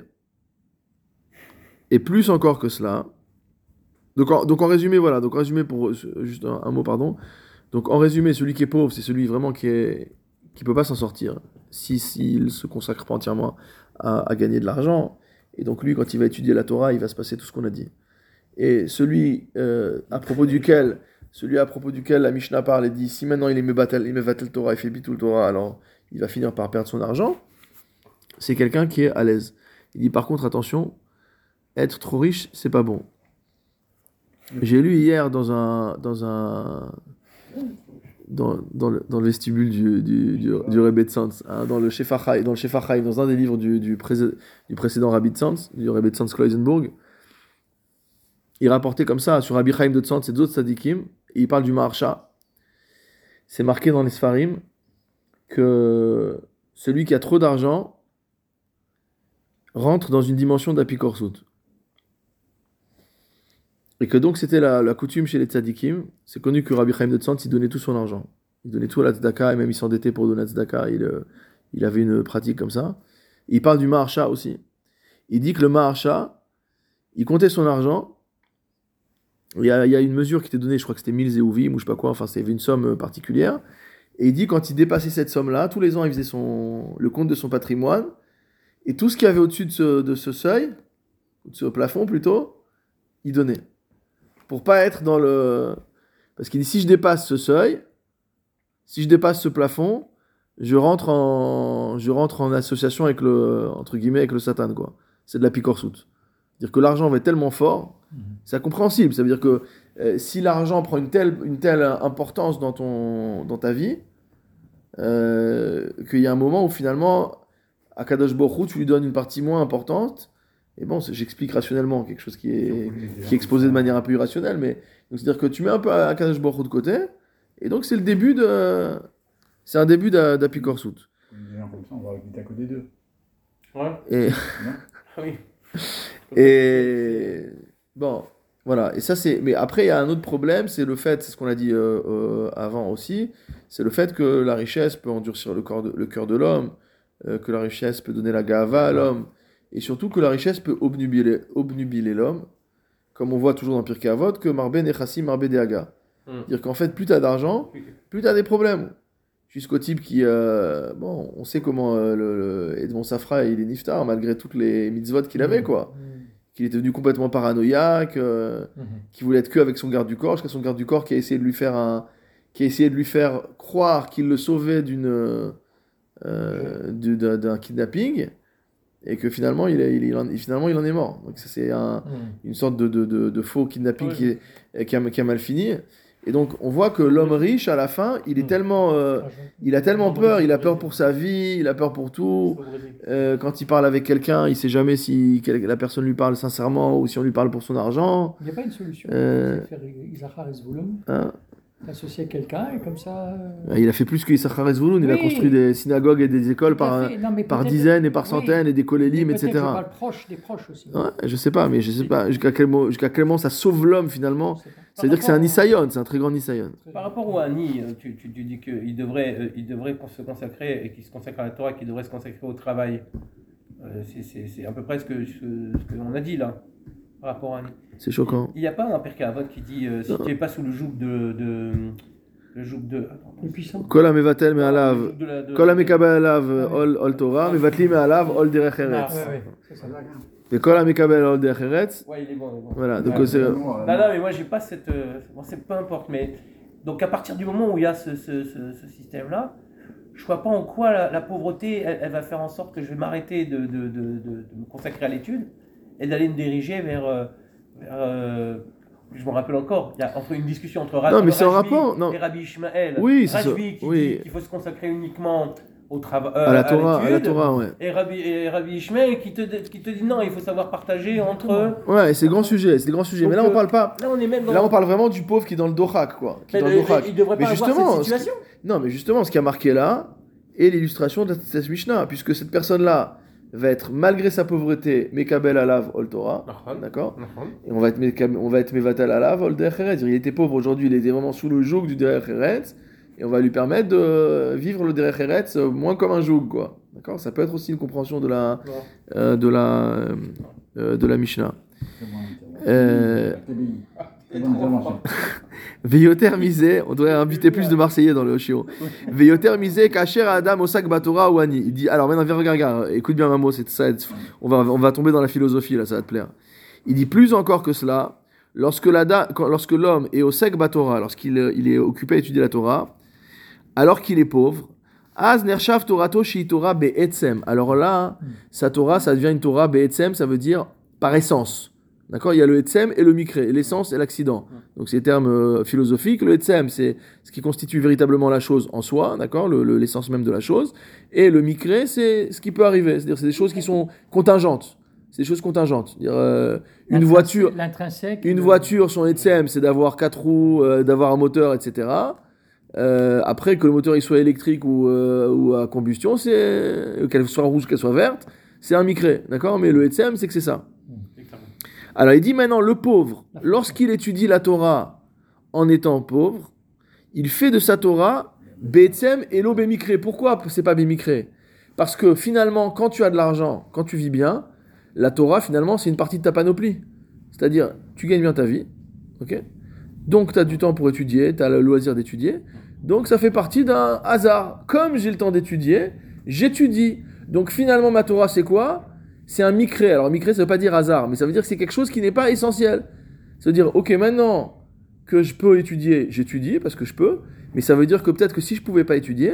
et plus encore que cela. Donc en, donc en résumé, voilà. Donc en résumé, pour juste un, un mot, pardon. Donc en résumé, celui qui est pauvre, c'est celui vraiment qui est qui peut pas s'en sortir si s'il se consacre pas entièrement à, à gagner de l'argent. Et donc lui, quand il va étudier la Torah, il va se passer tout ce qu'on a dit. Et celui euh, à propos duquel, celui à propos duquel la Mishnah parle et dit si maintenant il est mevatel, il mevatel Torah, il fait bitul Torah, alors il va finir par perdre son argent. C'est quelqu'un qui est à l'aise. Il dit par contre attention, être trop riche, c'est pas bon. J'ai lu hier dans un dans un dans, dans, le, dans le vestibule du du du, du Rebbe Tzantz, hein, dans le Shefa Chaim, dans le Shefa Chaim, dans un des livres du du, pré, du précédent Rabbi Tzantz, du Rebbe Tzantz Kloisenburg, il rapportait comme ça sur Rabbi Chaim de Tzantz et d'autres tzadikim, et il parle du Maharsha. C'est marqué dans les Sfarim que celui qui a trop d'argent rentre dans une dimension d'apikorsut. Et que donc c'était la, la coutume chez les tzadikim. C'est connu que Rabbi Chaim de Tzantz, il donnait tout son argent. Il donnait tout à la tzedaka, et même il s'endettait pour donner la tzedaka. Il, euh, il avait une pratique comme ça. Et il parle du Maharsha aussi. Il dit que le Maharsha, il comptait son argent. Il y a, il y a une mesure qui était donnée, je crois que c'était mille zéouvim ou je sais pas quoi, enfin c'était une somme particulière. Et il dit quand il dépassait cette somme-là, tous les ans il faisait son, le compte de son patrimoine. Et tout ce qu'il y avait au-dessus de ce, de ce seuil, de ce plafond plutôt, il donnait. Pour pas être dans le... Parce qu'il dit, si je dépasse ce seuil, si je dépasse ce plafond, je rentre en, je rentre en association avec le, entre guillemets, avec le Satan, quoi. C'est de la picorsut. C'est-à-dire que l'argent va être tellement fort, mmh. c'est incompréhensible. Ça veut dire que euh, si l'argent prend une telle, une telle importance dans, ton, dans ta vie, euh, qu'il y a un moment où finalement, à Kadosh Baruch Hu, tu lui donnes une partie moins importante. Et bon, j'explique rationnellement quelque chose qui est, qui est exposé de manière un peu irrationnelle, mais donc c'est-à-dire que tu mets un peu Akadosh Baruch Hu de côté, et donc c'est le début de, c'est un début d'apikorsut. Des gens comme ça, on va éviter à côté d'eux. Ouais. Et oui. et bon, voilà. Et ça c'est, mais après il y a un autre problème, c'est le fait, c'est ce qu'on a dit euh, euh, avant aussi, c'est le fait que la richesse peut endurcir le corps, de, le cœur de l'homme, euh, que la richesse peut donner la gava à l'homme. Et surtout que la richesse peut obnubiler, obnubiler l'homme, comme on voit toujours dans Pirkei Avot, que Marbe Nechassim, Marbe Dehaga. Mm. C'est-à-dire qu'en fait, plus tu as d'argent, plus tu as des problèmes. Jusqu'au type qui... Euh, bon, on sait comment euh, le, le Edmond Safra, il est niftar, malgré toutes les mitzvot qu'il avait, quoi. Mm. Qu'il est devenu complètement paranoïaque, euh, mm-hmm. qu'il voulait être que avec son garde du corps, jusqu'à son garde du corps qui a essayé de lui faire, un, qui a essayé de lui faire croire qu'il le sauvait d'une, euh, du, d'un, d'un kidnapping. Et que finalement il, est, il, il, en, finalement, il en est mort. Donc ça, c'est un, mmh. une sorte de, de, de, de faux kidnapping oui. qui, est, qui, a, qui a mal fini. Et donc on voit que l'homme riche, à la fin, il, est mmh. tellement, euh, il a tellement peur, il a peur pour sa vie, il a peur pour tout. Euh, quand il parle avec quelqu'un, il ne sait jamais si la personne lui parle sincèrement ou si on lui parle pour son argent. Il n'y a pas une solution euh, pour faire Issachar et Zvouloun hein associé à quelqu'un et comme ça... Euh... Il a fait plus que Issachar et Zvouloun, oui. Il a construit des synagogues et des écoles par, non, par dizaines et par centaines oui. et des kolélim, et cetera. Je parle proche, des proches aussi. Ouais, je sais pas, mais je sais pas jusqu'à quel, jusqu'à quel moment ça sauve l'homme finalement. C'est-à-dire que c'est un Nisayon, c'est un très grand Nisayon. Par rapport au Hani, tu, tu, tu dis qu'il devrait, euh, il devrait se consacrer, et qu'il se consacre à la Torah, qu'il devrait se consacrer au travail. Euh, c'est, c'est, c'est à peu près ce que, ce, ce que l'on a dit là. Par rapport à Hani. C'est choquant. Il n'y a pas un Pirkei Avot qui dit euh, si non. tu n'es pas sous le joug de, de le joug de le puissant. Kol hamevatel me'alav, kol hamekabel alav ol Torah, mevatli me'alav ol derech eretz. Et kol hamekabel ol derech eretz. Ouais, il est bon. Il est bon. Voilà. Donc ouais, c'est. Non, non, mais moi j'ai pas cette. Euh, bon, c'est peu importe, mais donc à partir du moment où il y a ce, ce, ce, ce système-là, je vois pas en quoi la, la pauvreté, elle, elle va faire en sorte que je vais m'arrêter de, de, de, de, de me consacrer à l'étude et d'aller me diriger vers. Euh, vers euh, je me rappelle encore, il y a entre une discussion entre Rabbi et Rabbi Ishmael. Oui, c'est Rabbi ça. qui Oui. dit qu'il faut se consacrer uniquement au travail, euh, à la Torah, à, à la Torah, ouais. Et Rabbi, et Rabbi Ishmael qui te, qui te dit non, il faut savoir partager entre. Ouais, c'est grand sujet, c'est des grands sujets. Mais là, on parle pas. Là, on est même dans... là, on parle vraiment du pauvre qui est dans le dohak, quoi. Qui mais est dans le, le dohak. Il devrait mais pas justement, avoir cette situation. Qui... Non, mais justement, ce qui a marqué là est l'illustration de cette Mishnah, puisque cette personne-là va être, malgré sa pauvreté, Mekabel alav ol Torah, d'accord. Et on va être on va être Mevatel alav ol derech eretz. Il était pauvre aujourd'hui, il était vraiment sous le joug du derech eretz, et on va lui permettre de vivre le derech eretz moins comme un joug, quoi. D'accord. Ça peut être aussi une compréhension de la euh, de la euh, de la Mishnah. Euh, Veyoter misé, on devrait inviter plus de Marseillais dans le Oshio. Veyoter misé, kacher Adam osak batora ou ani. Il dit, alors maintenant, viens, regarde, regarde, écoute bien ma mot, c'est ça, on va, on va tomber dans la philosophie là, ça va te plaire. Il dit plus encore que cela, lorsque, la, lorsque l'homme est osak batora, lorsqu'il il est occupé à étudier la Torah, alors qu'il est pauvre, az nershav torato shi Torah be'etzem. Alors là, sa Torah, ça devient une Torah be'etzem, ça veut dire par essence. D'accord? Il y a le Etsem et le Mikré, l'essence et l'accident. Donc c'est les termes euh, philosophiques. Le Etsem, c'est ce qui constitue véritablement la chose en soi, d'accord? Le, le- l'essence même de la chose. Et le Mikré, c'est ce qui peut arriver. C'est-à-dire c'est des choses qui sont contingentes. C'est des choses contingentes. C'est-à-dire, euh, une L'intrinsèque- voiture, L'intrinsèque. une le- voiture, son Etsem, c'est d'avoir quatre roues, euh, d'avoir un moteur, et cetera. Euh, après, que le moteur il soit électrique ou, euh, ou à combustion, c'est qu'elle soit rouge, qu'elle soit verte, c'est un Mikré, d'accord? Mais le Etsem, c'est que c'est ça. Alors il dit maintenant, le pauvre, lorsqu'il étudie la Torah en étant pauvre, il fait de sa Torah Betsem et lo Bemikré. Pourquoi c'est pas Bemikré? Parce que finalement, quand tu as de l'argent, quand tu vis bien, la Torah finalement c'est une partie de ta panoplie. C'est-à-dire, tu gagnes bien ta vie, ok? Donc tu as du temps pour étudier, tu as le loisir d'étudier. Donc ça fait partie d'un hasard. Comme j'ai le temps d'étudier, j'étudie. Donc finalement ma Torah c'est quoi? C'est un mikré. Alors mikré ça veut pas dire hasard, mais ça veut dire que c'est quelque chose qui n'est pas essentiel. Ça veut dire, ok, maintenant que je peux étudier, j'étudie parce que je peux, mais ça veut dire que peut-être que si je pouvais pas étudier,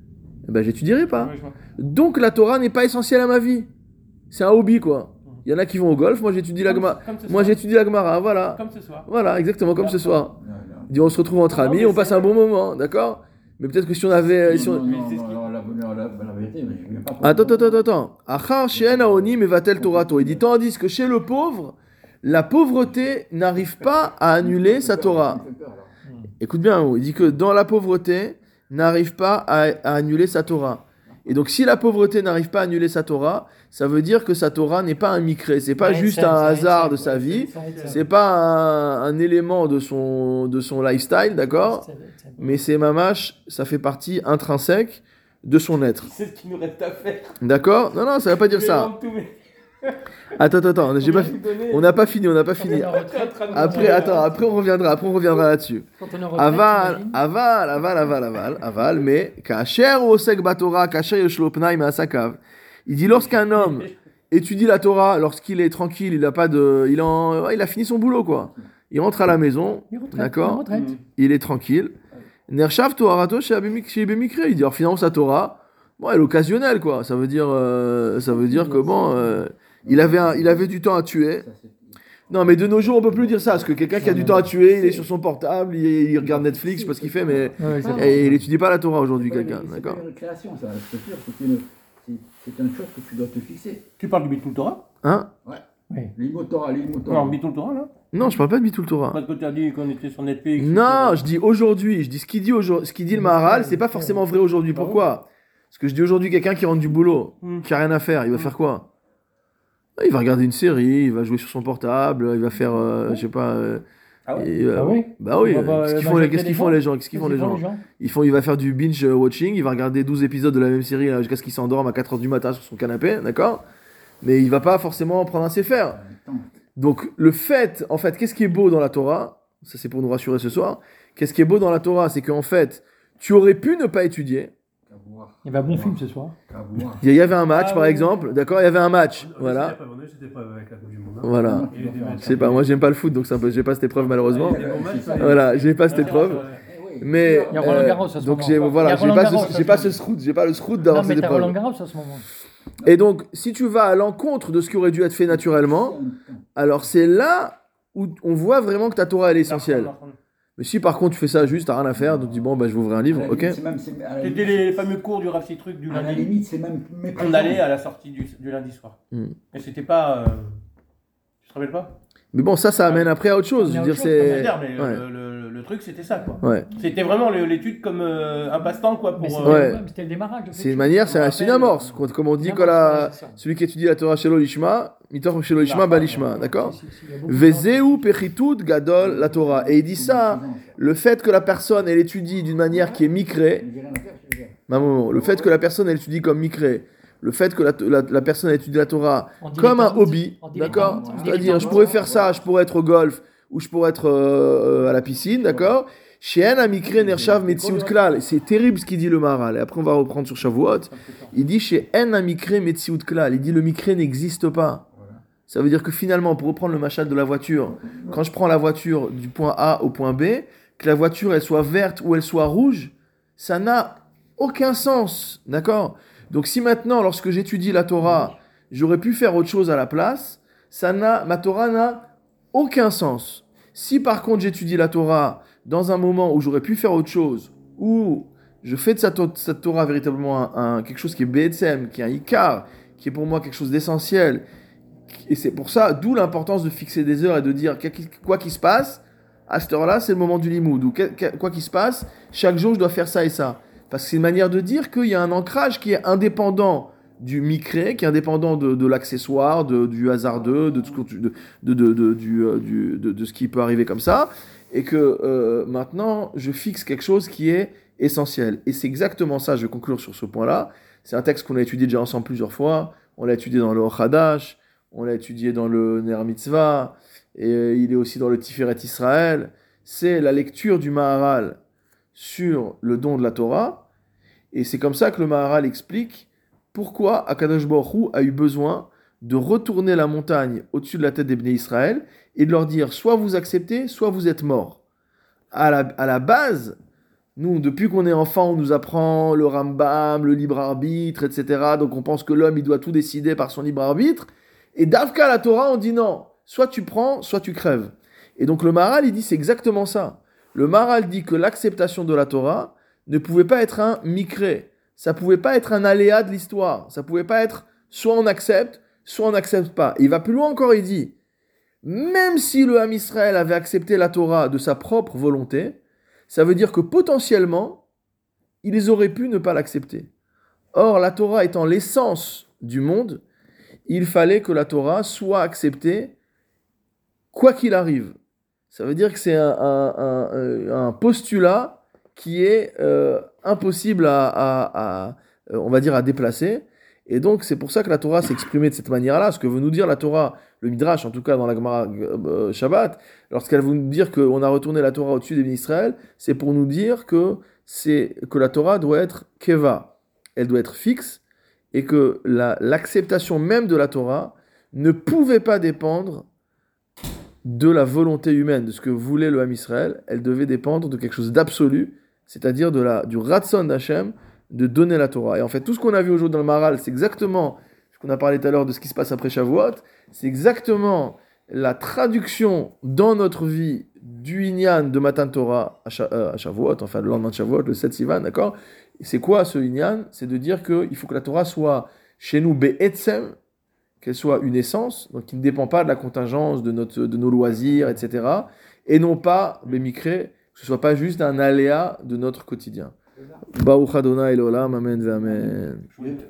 eh ben j'étudierais pas. Ouais, je vois. Donc la Torah n'est pas essentielle à ma vie. C'est un hobby quoi. Il y en a qui vont au golf, moi j'étudie la Comme- Gemara. comme ce Moi soir. j'étudie la Gemara, voilà. Comme ce soir. Voilà, exactement comme ce soir. Non, non. Il dit, on se retrouve entre Non, amis, mais on passe c'est- un bon moment, d'accord? Mais peut-être que si on avait... si on- Non, non, Mais non, c'est ce non, qui- non, la, la, la, la vérité, mais je viens pas pour- Attends, attends, attends, attends. Achar she'en haoni mevatel Torato. Il dit, tandis que chez le pauvre, la pauvreté n'arrive pas à annuler sa Torah. Il fait peur, alors. Écoute bien, il dit que dans la pauvreté, n'arrive pas à, à annuler sa Torah. Et donc si la pauvreté n'arrive pas à annuler sa Torah, ça veut dire que sa Torah n'est pas un micré, c'est pas Ouais, juste c'est- un c'est- hasard c'est- de sa c'est- vie, c'est- c'est- c'est pas un, un élément de son, de son lifestyle, d'accord? c'est- c'est- Mais c'est mamash, ça fait partie intrinsèque de son être. C'est ce qu'il nous reste à faire. D'accord? Non, non, ça veut pas dire Je vais ça. vendre tous mes- Attends, attends, attends, j'ai On pas, vient de donner. on n'a pas fini, on n'a pas fini. Quand on est en retraite, Après, attends, après on reviendra, après on reviendra là-dessus. quand on est en retraite, Aval, t'imagines aval, aval, aval, aval, aval, mais kasher ou osek batora, kasher yoshlo pnai me'asakav. Il dit lorsqu'un homme étudie la Torah, lorsqu'il est tranquille, il a pas de, il en, ouais, il a fini son boulot quoi. Il rentre à la maison, Il est en retraite, d'accord. il est en retraite. il est tranquille. Nershav toharato chez Bemikre. Il dit alors finalement sa Torah, bon, elle est occasionnelle quoi. Ça veut dire, euh, ça veut dire que bon, euh, il avait, un- il avait du temps à tuer. Ça, c'est- Non, mais de nos jours, on peut plus dire ça, parce que quelqu'un qui a du temps à tuer, il est sur son portable, il, il regarde Netflix, je sais pas ce qu'il fait, mais Ouais, c'est- et il étudie pas la Torah aujourd'hui, c'est pas quelqu'un, une- d'accord? C'est pas une création, ça, je te jure, c'est une, c'est, c'est une chose que tu dois te fixer. Tu parles du Bitul Torah? Hein? Ouais. L'imotora, l'imotora. Non, Bitul Torah, là? Non, je parle pas de Bitul Torah. Parce que tu as dit qu'on était sur Netflix. Non, je dis aujourd'hui, je dis ce qu'il dit aujourd'hui, ce qu'il dit le Maharal, c'est pas forcément vrai aujourd'hui. Pourquoi? Parce que je dis aujourd'hui quelqu'un qui rentre du boulot, Hmm. qui a rien à faire, il va faire quoi? Il va regarder une série, il va jouer sur son portable, il va faire, euh, je sais pas. euh, Ah ouais? et, euh, Ah oui? Bah oui. On va pas- Qu'est-ce qu'ils bah, font, les- jeter qu'est-ce qu'ils les font gens. les gens? Qu'est-ce qu'ils font les gens? Ils font, il va faire du binge watching, il va regarder douze épisodes de la même série là, jusqu'à ce qu'il s'endorme à quatre heures du matin sur son canapé, d'accord? Mais il va pas forcément prendre un séfer. Attends, Donc le fait, en fait, qu'est-ce qui est beau dans la Torah? Ça c'est pour nous rassurer ce soir. Qu'est-ce qui est beau dans la Torah? C'est qu'en fait, tu aurais pu ne pas étudier. qu'à voir. Il y avait un bon film ce soir. Qu'à voir. Il y avait un match Ah, par oui. exemple, d'accord? Il y avait un match, voilà. On a eu cette épreuve avec la Coupe du Monde. hein. Voilà. Il y a eu des matchs. Je sais pas, moi j'aime pas le foot, donc c'est un peu, j'ai pas cette épreuve malheureusement. Il y a des bons matchs, ouais. Voilà, j'ai pas cette épreuve. Eh oui. Mais Il y a Roland euh, Garros à ce donc moment. j'ai Il y voilà, a j'ai Roland pas Garros ce, à j'ai ce pas moment. ce scrout, j'ai pas le scrout Non, d'avoir mais cette t'as Roland épreuve. Garros à ce moment. Et donc si tu vas à l'encontre de ce qui aurait dû être fait naturellement, alors c'est là où on voit vraiment que ta Torah elle est essentielle. Mais si par contre tu fais ça juste, t'as rien à faire, donc tu dis bon bah je vais ouvrir un À livre, la ok? limite, c'est même- c'est- à la C'était limite- les fameux cours du Rav Truc du À la lundi. limite, c'est même méprisant. On allait à la sortie du, du lundi soir. Hmm. Et c'était pas. Euh... Tu te rappelles pas? Mais bon, ça, ça amène après à autre chose. Je veux dire, C'est c'est. bizarre, mais Ouais. le, le- le truc c'était ça quoi. Ouais. C'était vraiment le- l'étude comme euh, un passe-temps quoi Mais pour. c'était euh, Ouais. ouais, c'était le démarrage. de quelque C'est une chose. manière, je c'est me un- c'est une rappelle. amorce. Quand- Comme on dit, Une quand la, amorce, ouais, c'est ça. celui qui étudie la Torah Shelo Lishma, Mitor Shelo Lishma, Ah, Balishma, ouais. d'accord? Si, si, si, il y a beaucoup de Vezeu Pechitud Gadol la Torah. Et il dit ça, le fait que la personne, elle étudie d'une manière qui est micrée, J'ai rien à faire, je gère. maman, le fait que la personne, elle étudie comme micrée, le fait que la, la, la personne, elle étudie la Torah En comme un dilettante, hobby, en d'accord? dilettante, en C'est-à-dire, dilettante. je pourrais faire ça, je pourrais être au golf, ou je pourrais être euh, à la piscine, d'accord? She'en amikre nershav metziut klal. C'est terrible ce qu'il dit le Maharal. Et après, on va reprendre sur Shavuot. Il dit she'en amikre metziut klal. Il dit le mikre n'existe pas. Ça veut dire que finalement, pour reprendre le machal de la voiture, quand je prends la voiture du point A au point B, que la voiture elle soit verte ou elle soit rouge, ça n'a aucun sens, d'accord? Donc si maintenant, lorsque j'étudie la Torah, j'aurais pu faire autre chose à la place, ça n'a, ma Torah n'a aucun sens. Si par contre j'étudie la Torah dans un moment où j'aurais pu faire autre chose, où je fais de cette, cette Torah véritablement un, un- quelque chose qui est B'Etsem, qui est un Ikar, qui est pour moi quelque chose d'essentiel, et c'est pour ça, d'où l'importance de fixer des heures et de dire quoi qu'il se passe, à cette heure-là, c'est le moment du limoud, ou quoi qu'il se passe, chaque jour je dois faire ça et ça. Parce que c'est une manière de dire qu'il y a un ancrage qui est indépendant du micré, qui est indépendant de, de l'accessoire, de, du hasardeux, de, de, de, de, de, du, euh, du, de, de ce qui peut arriver comme ça, et que euh, maintenant je fixe quelque chose qui est essentiel. Et c'est exactement ça, je vais conclure sur ce point-là. C'est un texte qu'on a étudié déjà ensemble plusieurs fois, on l'a étudié dans le Hadash, on l'a étudié dans le Ner Mitzvah, et il est aussi dans le Tiferet Israël. C'est la lecture du Maharal sur le don de la Torah, et c'est comme ça que le Maharal explique pourquoi Akadosh Baruch Hu a eu besoin de retourner la montagne au-dessus de la tête des Bnei Israël et de leur dire soit vous acceptez, soit vous êtes morts. À la, à la base, nous, depuis qu'on est enfant, on nous apprend le Rambam, le libre arbitre, et cetera. Donc on pense que l'homme, il doit tout décider par son libre arbitre. Et d'Avka à la Torah, on dit non, soit tu prends, soit tu crèves. Et donc le Maharal, il dit c'est exactement ça. Le Maharal dit que l'acceptation de la Torah ne pouvait pas être un mikré. Ça pouvait pas être un aléa de l'histoire. Ça pouvait pas être soit on accepte, soit on n'accepte pas. Et il va plus loin encore, il dit, même si le Ham Israël avait accepté la Torah de sa propre volonté, ça veut dire que potentiellement, ils auraient pu ne pas l'accepter. Or, la Torah étant l'essence du monde, il fallait que la Torah soit acceptée quoi qu'il arrive. Ça veut dire que c'est un, un, un, un postulat qui est euh, impossible à, à, à, on va dire, à déplacer. Et donc, c'est pour ça que la Torah s'est exprimée de cette manière-là. Ce que veut nous dire la Torah, le Midrash, en tout cas dans la Gemara euh, Shabbat, lorsqu'elle veut nous dire qu'on a retourné la Torah au-dessus des Bnei Israël, c'est pour nous dire que, c'est, que la Torah doit être keva. Elle doit être fixe, et que la, l'acceptation même de la Torah ne pouvait pas dépendre de la volonté humaine, de ce que voulait le Ham Israël. Elle devait dépendre de quelque chose d'absolu, c'est-à-dire de la, du Ratzon d'Hachem, de donner la Torah. Et en fait, tout ce qu'on a vu aujourd'hui dans le Maharal, c'est exactement ce qu'on a parlé tout à l'heure de ce qui se passe après Shavuot, c'est exactement la traduction dans notre vie du Inyan de Matan Torah à, Sha- euh, à Shavuot, enfin le lendemain de Shavuot, le sept Sivan, d'accord? Et c'est quoi ce Inyan? C'est de dire qu'il faut que la Torah soit chez nous Be'etzem, qu'elle soit une essence, donc qui ne dépend pas de la contingence de, notre, de nos loisirs, et cetera. Et non pas B'mikré, que ce soit pas juste un aléa de notre quotidien. Baruch Adonai Elolam, Amen ve Amen. Je voulais